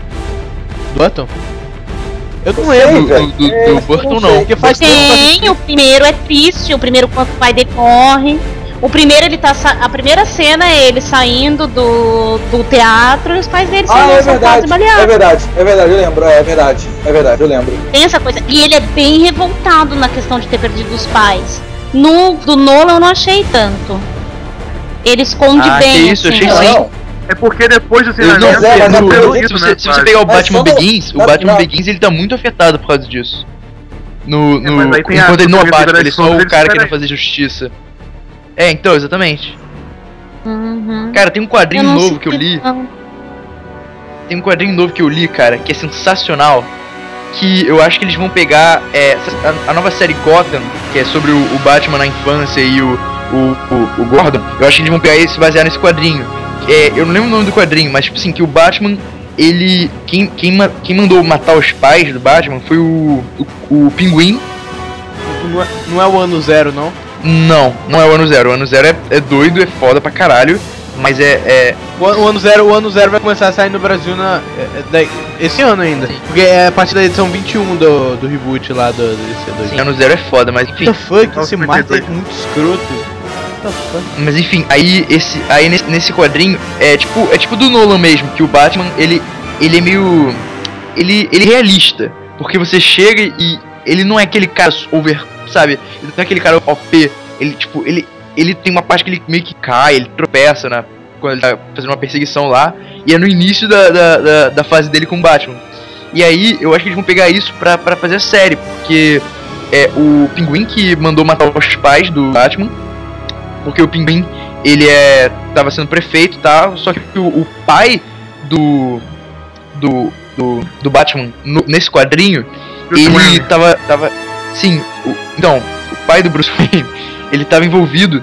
Do Burton? Eu não lembro do Burton, não. Porque faz tempo. O primeiro é triste. O primeiro, quando o pai dele morre. O primeiro, a primeira cena é ele saindo do teatro e os pais dele saindo são quase baleados. É verdade, eu lembro, é verdade, eu lembro. Tem essa coisa, e ele é bem revoltado na questão de ter perdido os pais. Do Nolan eu não achei tanto. Ele esconde bem. Isso, assim, eu achei sim. É porque depois do treinamento... Se você pegar o Batman Begins, Begins ele tá muito afetado por causa disso. Enquanto ele não abate, ele é só o cara querendo fazer justiça. Então, exatamente. Cara, tem um quadrinho novo que eu li. Tem um quadrinho novo que eu li, cara, que é sensacional. Que eu acho que eles vão pegar a nova série Gotham, que é sobre o Batman na infância e o Gordon. Eu acho que eles vão pegar e se basear nesse quadrinho. Eu não lembro o nome do quadrinho, mas tipo assim, que o Batman, ele... Quem mandou matar os pais do Batman foi o Pinguim. Não é o Ano Zero, não? Não é o Ano Zero. O Ano Zero é doido, é foda pra caralho. Mas O Ano Zero vai começar a sair no Brasil esse ano ainda. Porque é a partir da edição 21 do reboot lá do DC2. Sim, o Ano Zero é foda, mas enfim. What the fuck? Esse Marta é muito escroto. Mas enfim, nesse quadrinho é tipo do Nolan mesmo, que o Batman ele é meio. Ele é realista. Porque você chega e ele não é aquele cara sabe? Ele não é aquele cara OP. Ele tem uma parte que ele meio que cai, ele tropeça quando ele tá fazendo uma perseguição lá. E é no início da fase dele com o Batman. E aí eu acho que eles vão pegar isso pra fazer a série. Porque é o Pinguim que mandou matar os pais do Batman. Porque o Pinguim, ele tava sendo prefeito e tal. Só que o pai do Batman nesse quadrinho, ele tava sim, então, o pai do Bruce Wayne, ele tava envolvido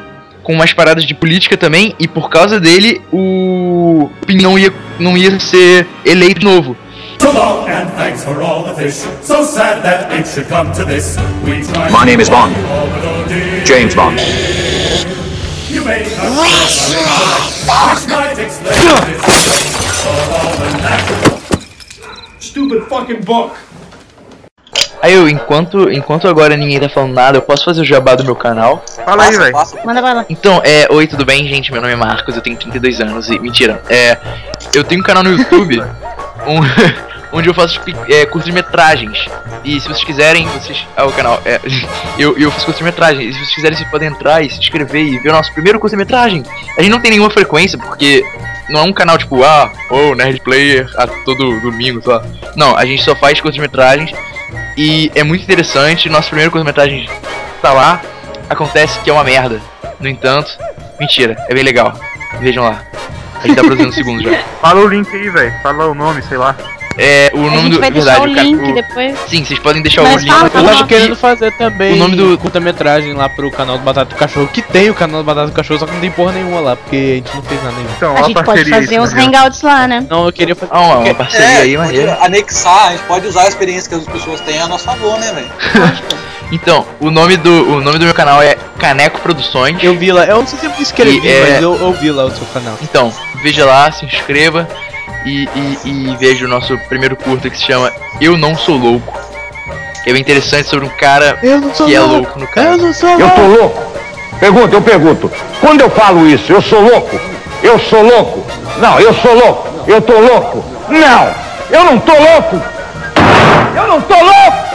com umas paradas de política também, e por causa dele o Pin não ia ser eleito de novo. So long and thanks for all the fish. So sad that it should come to this. We try. My name is Bond. James Bond. You may have which might explain this. For all the natural. Stupid fucking book. Aí enquanto agora ninguém tá falando nada, eu posso fazer o jabá do meu canal? Fala aí, velho. Manda bala. Então, oi, tudo bem, gente? Meu nome é Marcos, eu tenho 32 anos e... Mentira. Eu tenho um canal no YouTube onde eu faço curtas-metragens. E se vocês quiserem, o canal... eu faço curtas-metragens. E se vocês quiserem, vocês podem entrar e se inscrever e ver o nosso primeiro curta-metragem. A gente não tem nenhuma frequência, porque... Não é um canal tipo, Nerd Player, todo domingo, só. Não, a gente só faz curtas-metragens. E é muito interessante, nosso primeiro curta-metragem tá lá, acontece que é uma merda. No entanto, mentira, é bem legal. Vejam lá. A gente tá produzindo segundos já. Fala o link aí, velho. Fala o nome, sei lá. O nome do... vai deixar o link depois. Sim, vocês podem deixar o link. Eu tava querendo fazer também o nome do curta-metragem lá pro canal do Batata do Cachorro, que tem o canal do Batata do Cachorro, só que não tem porra nenhuma lá, porque a gente não fez nada nenhum. Então, a gente pode fazer uns hangouts lá, né? Não, eu queria fazer uma parceria aí, maneira. Anexar, a gente pode usar a experiência que as pessoas têm a nosso favor, né, velho? Então, o nome do meu canal é Caneco Produções. Eu vi lá, eu não sei se eu escrevi, mas eu vi lá o seu canal. Então, veja lá, se inscreva e veja o nosso primeiro curta que se chama Eu Não Sou Louco. Que é bem interessante sobre um cara que é louco no caso. Eu não sou louco. Eu tô louco? Eu pergunto. Quando eu falo isso, eu sou louco? Eu sou louco? Não, eu sou louco. Eu tô louco? Não, eu não tô louco. Eu não tô louco.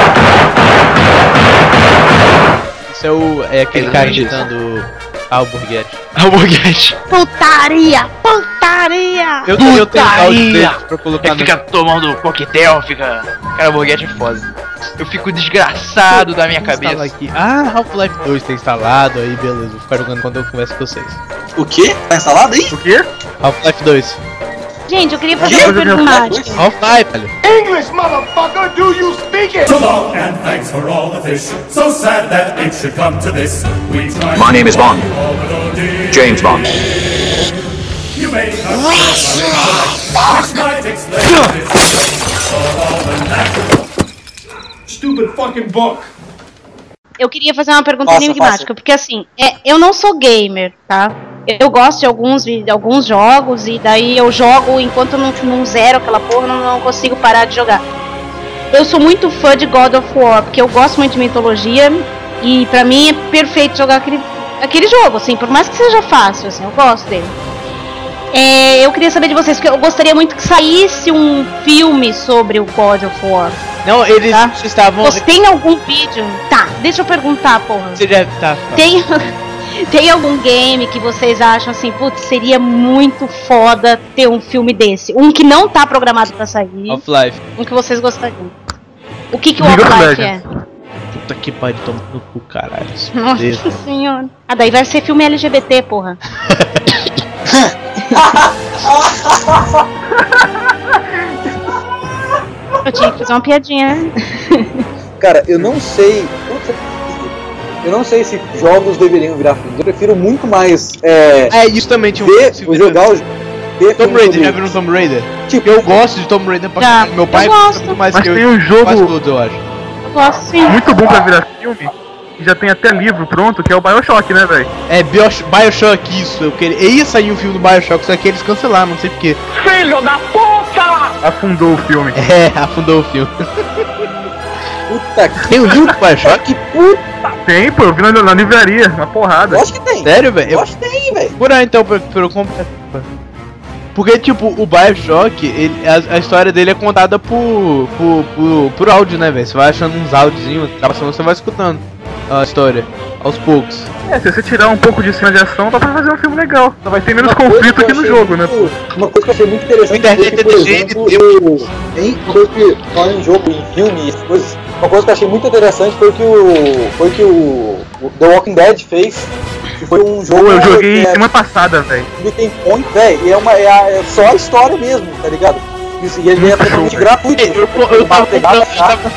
Isso é aquele cara gritando Alborguete. Putaria! Putaria! Eu tenho áudio pra colocar fica tomando coquetel, fica... Cara, Alborguete é foda. Eu fico desgraçado da minha cabeça. Aqui. Half-Life 2 tá instalado, aí beleza, vou ficar jogando quando eu converso com vocês. O quê? Tá instalado aí? O quê? Half-Life 2. Gente, eu queria fazer uma pergunta. Half-Life, velho. English, motherfucker, do you speak it? So long and thanks for all the fish. So sad that it should come to this. We try. My name is Bond. James Bond. You may have which might explain this. For all the natural. Stupid fucking book. Eu queria fazer uma pergunta enigmática, porque assim, eu não sou gamer, tá? Eu gosto de alguns jogos e daí eu jogo enquanto não zero aquela porra, não consigo parar de jogar. Eu sou muito fã de God of War, porque eu gosto muito de mitologia e pra mim é perfeito jogar aquele jogo, assim, por mais que seja fácil, assim, eu gosto dele. Eu queria saber de vocês, porque eu gostaria muito que saísse um filme sobre o God of War. Não, eles estavam... Você tem algum vídeo? Tá, deixa eu perguntar, porra. Você deve estar... Tem algum game que vocês acham assim, putz, seria muito foda ter um filme desse? Um que não tá programado pra sair. Half-Life. Um que vocês gostariam. O que o Half-Life é? Puta que pariu, toma no cu, caralho. Nossa senhora. Daí vai ser filme LGBT, porra. Eu tinha que fazer uma piadinha, né? Cara, eu não sei se jogos deveriam virar filmes. Eu prefiro muito mais. Isso também tinha jogar Tomb Raider, já viram Tomb Raider? Tipo, eu gosto de Tomb Raider pra meu pai gosta mais que eu. Mas tem um jogo tudo, eu acho. Eu gosto sim. Muito bom pra virar filme. E já tem até livro pronto, que é o BioShock, né, velho? BioShock, isso. Ia sair um filme do BioShock, só que eles cancelaram, não sei porquê. Filho da puta! Afundou o filme. Afundou o filme. Puta que... Tem um livro do BioShock? Que puta! Tem, pô, eu vi na livraria, uma porrada. Eu acho que tem. Sério, velho? Eu acho que tem, velho. Por aí, então, pra eu comprar. Porque, tipo, o BioShock, a história dele é contada por áudio, né, velho? Você vai achando uns áudiozinhos, você vai escutando a história, aos poucos. Se você tirar um pouco de cena de ação, dá pra fazer um filme legal. Só vai ter menos conflito aqui no jogo, né? Uma coisa que eu achei muito interessante. A internet é de jeito. Falando em jogo, em filme, essas coisas. Uma coisa que eu achei muito interessante foi que o The Walking Dead fez. Que foi um jogo. Eu joguei semana passada, velho. Ele tem point, velho, e é só a história mesmo, tá ligado? E ele é totalmente gratuito.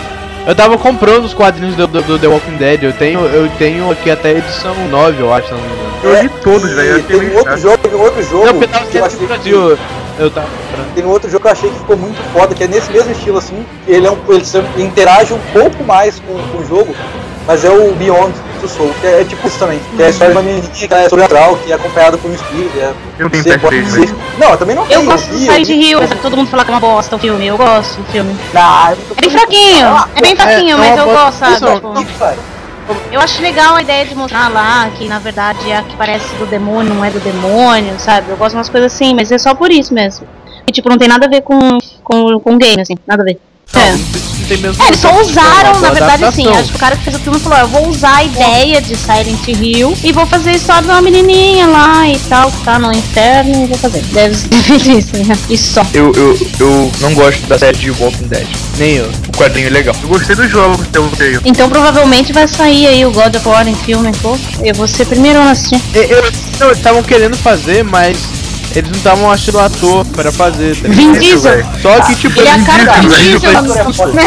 Eu tava comprando os quadrinhos do The Walking Dead. Eu tenho aqui até a edição 9, eu acho, se não me engano. Eu li todos, velho. Tem um outro jogo. Não, porque tava sendo no Brasil. Eu tava comprando. Tem um outro jogo que eu achei que ficou muito foda, que é nesse mesmo estilo assim. Ele interage um pouco mais com o jogo, mas é o Beyond Two Souls, que é tipo isso também. Que é a história de uma menininha que é sobrenatural, que é acompanhada por um espírito. Eu não tenho perfeito. Não, eu também não tenho. Eu gosto do Silent Hill, apesar de todo mundo falar que é uma bosta o filme. Eu gosto do filme. É bem fraquinho, mas eu gosto, sabe? Eu acho legal a ideia de mostrar lá que na verdade é a que parece do demônio, não é do demônio, sabe? Eu gosto de umas coisas assim, mas é só por isso mesmo. E tipo, não tem nada a ver com game, assim, nada a ver. Eles só usaram, na verdade, assim, acho que o cara que fez o filme falou, eu vou usar a ideia de Silent Hill e vou fazer a história de uma menininha lá e tal, que tá no inferno e vou fazer. Deve ser isso, né? Isso só. Eu não gosto da série de Walking Dead. Nem eu. O quadrinho é legal. Eu gostei do jogo que eu tenho. Então provavelmente vai sair aí o God of War em filme, pô. Eu vou ser primeiro a assistir. Eles estavam querendo fazer, mas eles não estavam achando ator pra fazer. Tá? Vin Diesel. Só que tipo... Ele é a cara do Vin Diesel, né?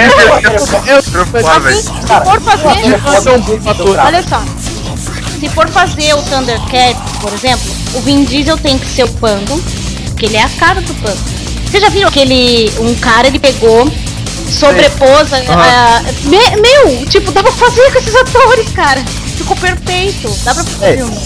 Se for fazer... Olha só. Se for fazer o Thundercats, por exemplo, o Vin Diesel tem que ser o Pando, porque ele é a cara do Pando. Você já viram aquele... Um cara, ele pegou... Sobrepôs tipo, dá pra fazer com esses atores, cara. Ficou perfeito. Dá pra fazer filme.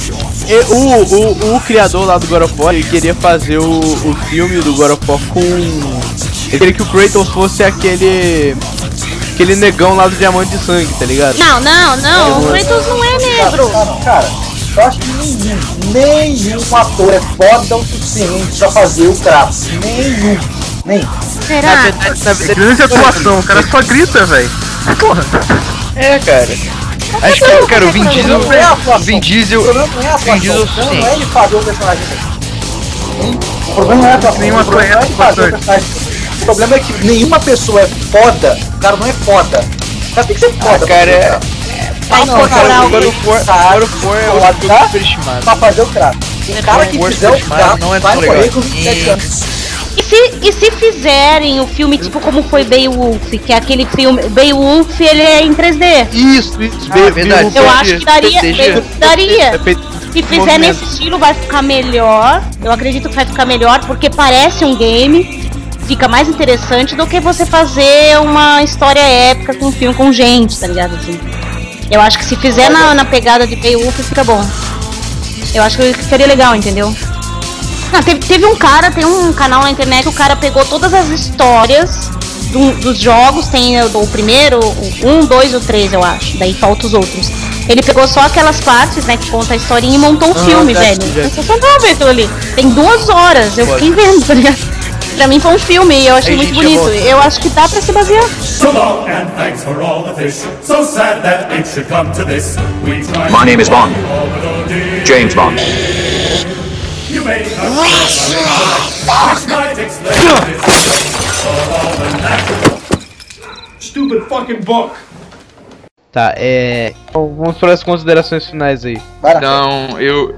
O criador lá do God of War, ele queria fazer o filme do God of War com... Ele queria que o Kratos fosse aquele negão lá do Diamante de Sangue, tá ligado? Não, o Kratos não é negro. Cara, eu acho que nenhum ator é foda o suficiente pra fazer o Kratos. Nem. Será? Na verdade, grande atuação, o cara só grita, velho. Porra. É, cara. Acho que, cara, o Vin Diesel... O problema não é a atuação, não é ele fazer o personagem. O problema não é a atuação, o problema é que nenhuma pessoa é foda, o cara não é foda. O cara tem que ser foda. Cara, Vai incorporar o God of War é o ator superestimado. Pra fazer o Kratos. O cara que fizer o Kratos não é vai tão morrer legal. com 27 anos. E se fizerem o filme tipo como foi Beowulf, que é aquele filme... Beowulf, ele é em 3D. Isso, é verdade. Eu acho que daria. Se fizer nesse estilo vai ficar melhor. Eu acredito que vai ficar melhor, porque parece um game. Fica mais interessante do que você fazer uma história épica com um filme com gente, tá ligado? Assim. Eu acho que se fizer na pegada de Beowulf, fica bom. Eu acho que ficaria legal, entendeu? Não, teve um cara, tem um canal na internet, o cara pegou todas as histórias dos jogos, tem o primeiro, o 1, 2 e o 3, eu acho, daí falta os outros. Ele pegou só aquelas partes, né, que conta a historinha e montou um filme, velho. É sensacional ver aquilo ali. Tem 2 horas, eu fiquei vendo, tá ligado? Pra mim foi um filme e eu achei muito bonito. Eu acho que dá pra se basear. So long and thanks for all the fish. So sad that it should come to this. My name is Bond. James Bond. You may have might explain this all the natural stupid fucking book. Tá, vamos para as considerações finais aí. Então, eu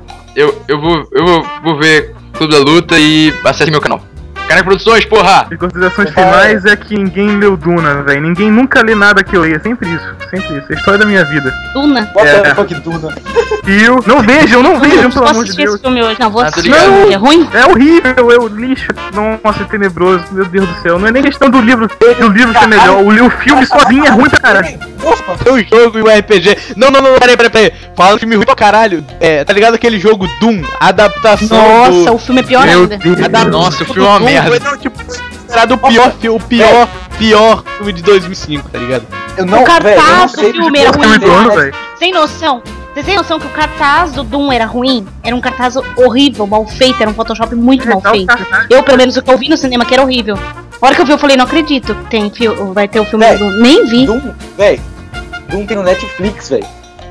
vou ver Clube da Luta e acesse meu canal. Caneco Produções, porra! As considerações finais é que ninguém leu Duna, velho. Ninguém nunca lê nada que eu leia. Sempre isso. É a história da minha vida. Duna? Fuck Duna. Não vejam, pelo amor de Deus. Esse filme hoje. Não, vou assistir. Não, é ruim? É horrível, é o lixo. Nossa, é tenebroso. Meu Deus do céu. Não é nem questão do livro ser melhor. O filme sozinho é ruim pra caralho. O jogo e o RPG. Não, peraí. Fala filme ruim pra caralho. Tá ligado aquele jogo Doom? Adaptação. Nossa, o filme é pior ainda. Nossa, o filme é uma merda. Não, tipo, era o pior filme de 2005, tá ligado? O cartaz do filme era ruim. Sem noção. Vocês têm noção que o cartaz do Doom era ruim? Era um cartaz horrível, mal feito, era um Photoshop muito mal feito. Eu, pelo menos, o que eu vi no cinema que era horrível. A hora que eu vi, eu falei, não acredito que vai ter o filme do Doom. Nem vi. Doom tem no Netflix, velho.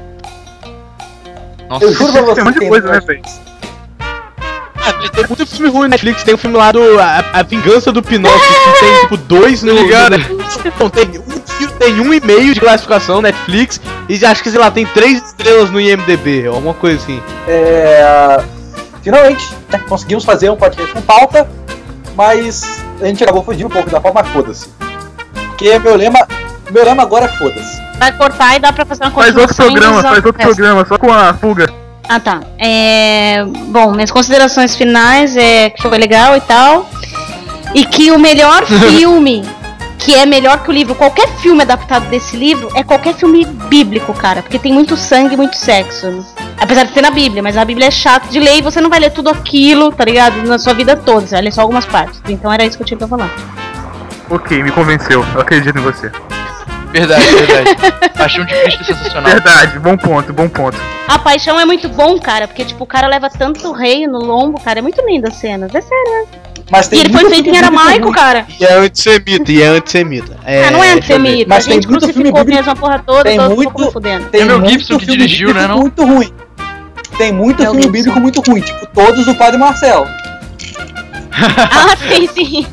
Nossa, eu juro pra você, tem um monte de coisa, né, velho? Tem muito filme ruim na Netflix, tem um filme lá do A Vingança do Pinóquio, que tem tipo 2 no lugar. Não, tem 1,5 de classificação Netflix e acho que, sei lá, tem 3 estrelas no IMDB, alguma coisa assim. Finalmente, né, conseguimos fazer um podcast com pauta, mas a gente acabou fugindo um pouco da forma, foda-se. Porque meu lema Dorama agora foda-se. Vai cortar e dá pra fazer uma continuação. Faz outro programa, só com a fuga. Ah, tá. Bom, minhas considerações finais é que foi legal e tal. E que o melhor filme, que é melhor que o livro, qualquer filme adaptado desse livro, é qualquer filme bíblico, cara. Porque tem muito sangue e muito sexo. Apesar de ter na Bíblia, mas a Bíblia é chata de ler e você não vai ler tudo aquilo, tá ligado? Na sua vida toda, você vai ler só algumas partes. Então era isso que eu tinha pra falar. Ok, me convenceu. Eu acredito em você. Verdade. Paixão de Cristo é sensacional. Verdade, bom ponto. A Paixão é muito bom, cara, porque tipo, o cara leva tanto rei no lombo, cara, é muito linda a cena, é sério, né? Mas tem e ele foi feito em aramaico, cara. E é antissemita. Não é antissemita, mas a gente tem muito crucificou mesmo a porra toda, tem todo muito, mundo fudendo. Tem Mel Gibson que dirigiu, né, não? Muito ruim. Tem muito filme bíblico muito ruim, tipo todos do Padre Marcelo. Ah, sim.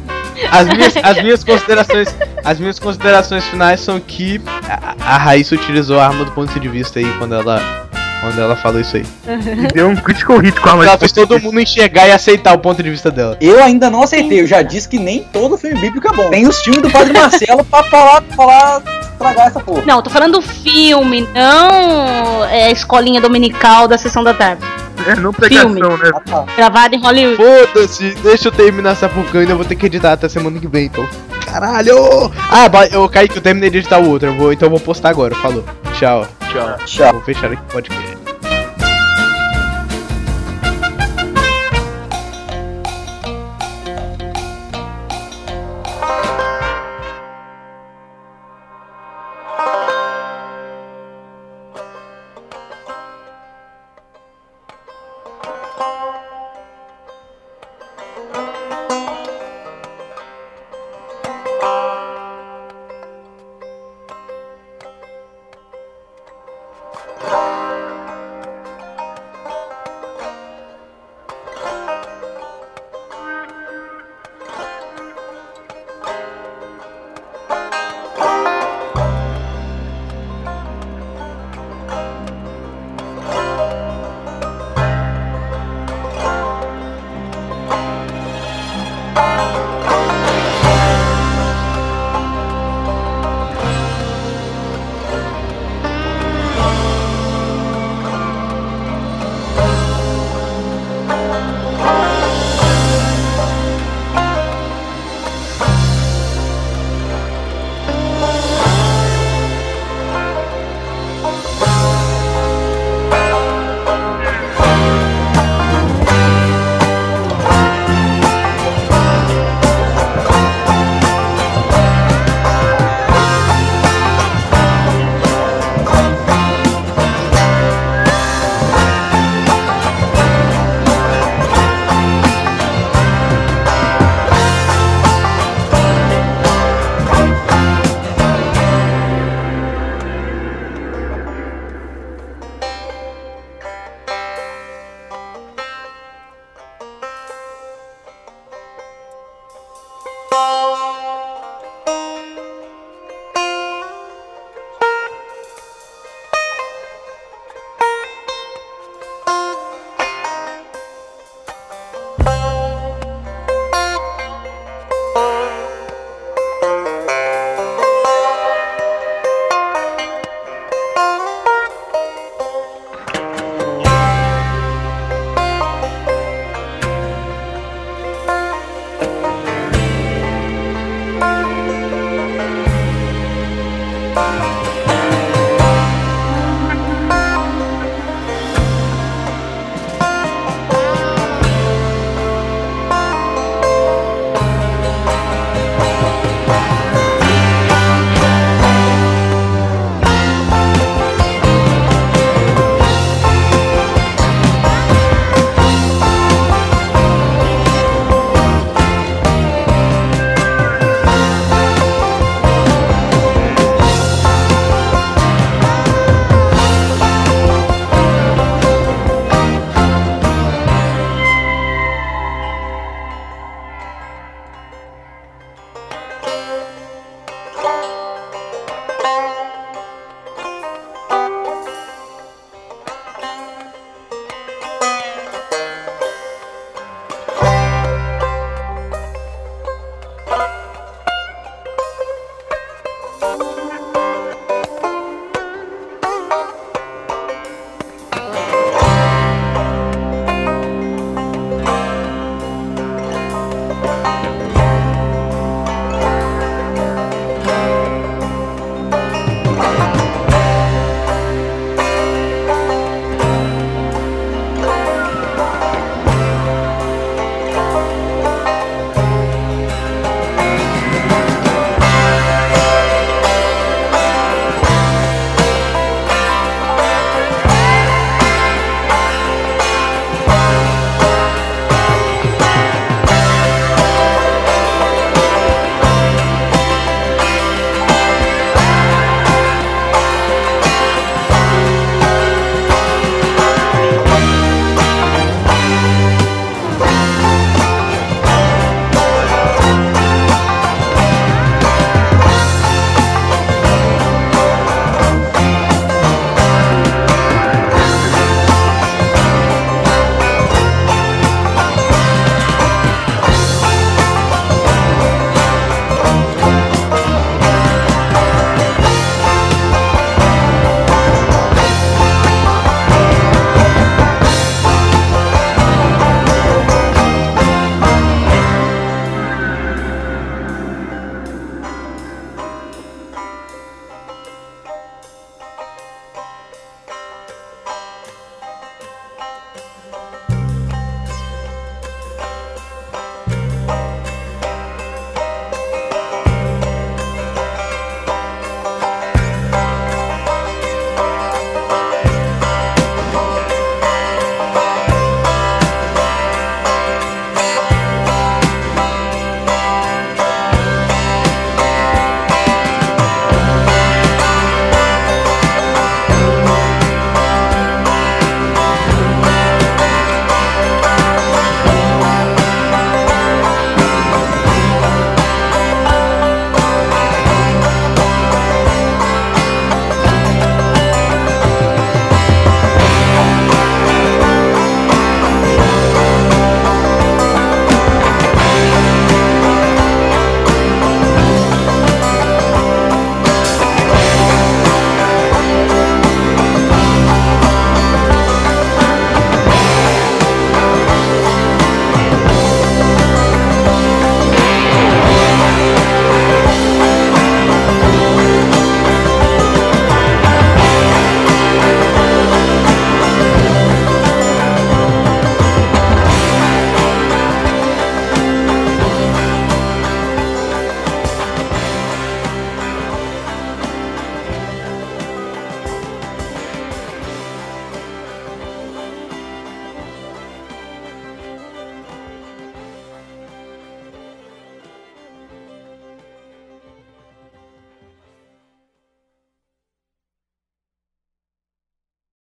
As minhas considerações finais são que a Raíssa utilizou a arma do ponto de vista aí quando ela falou isso aí. E deu um critical hit com a arma. Ela fez todo mundo enxergar e aceitar o ponto de vista dela. Eu ainda não aceitei, eu já disse que nem todo filme bíblico é bom. Tem os filmes do Padre Marcelo pra falar estragar essa porra. Não, tô falando do filme, não a escolinha dominical da sessão da tarde. Não pregação, filme, né? Gravado em Hollywood. Foda-se, deixa eu terminar essa porca, eu ainda vou ter que editar até semana que vem, então. Caralho! Eu caí que eu terminei de editar o outro, então eu vou postar agora, falou. Tchau. Tchau. Vou fechar aqui o podcast.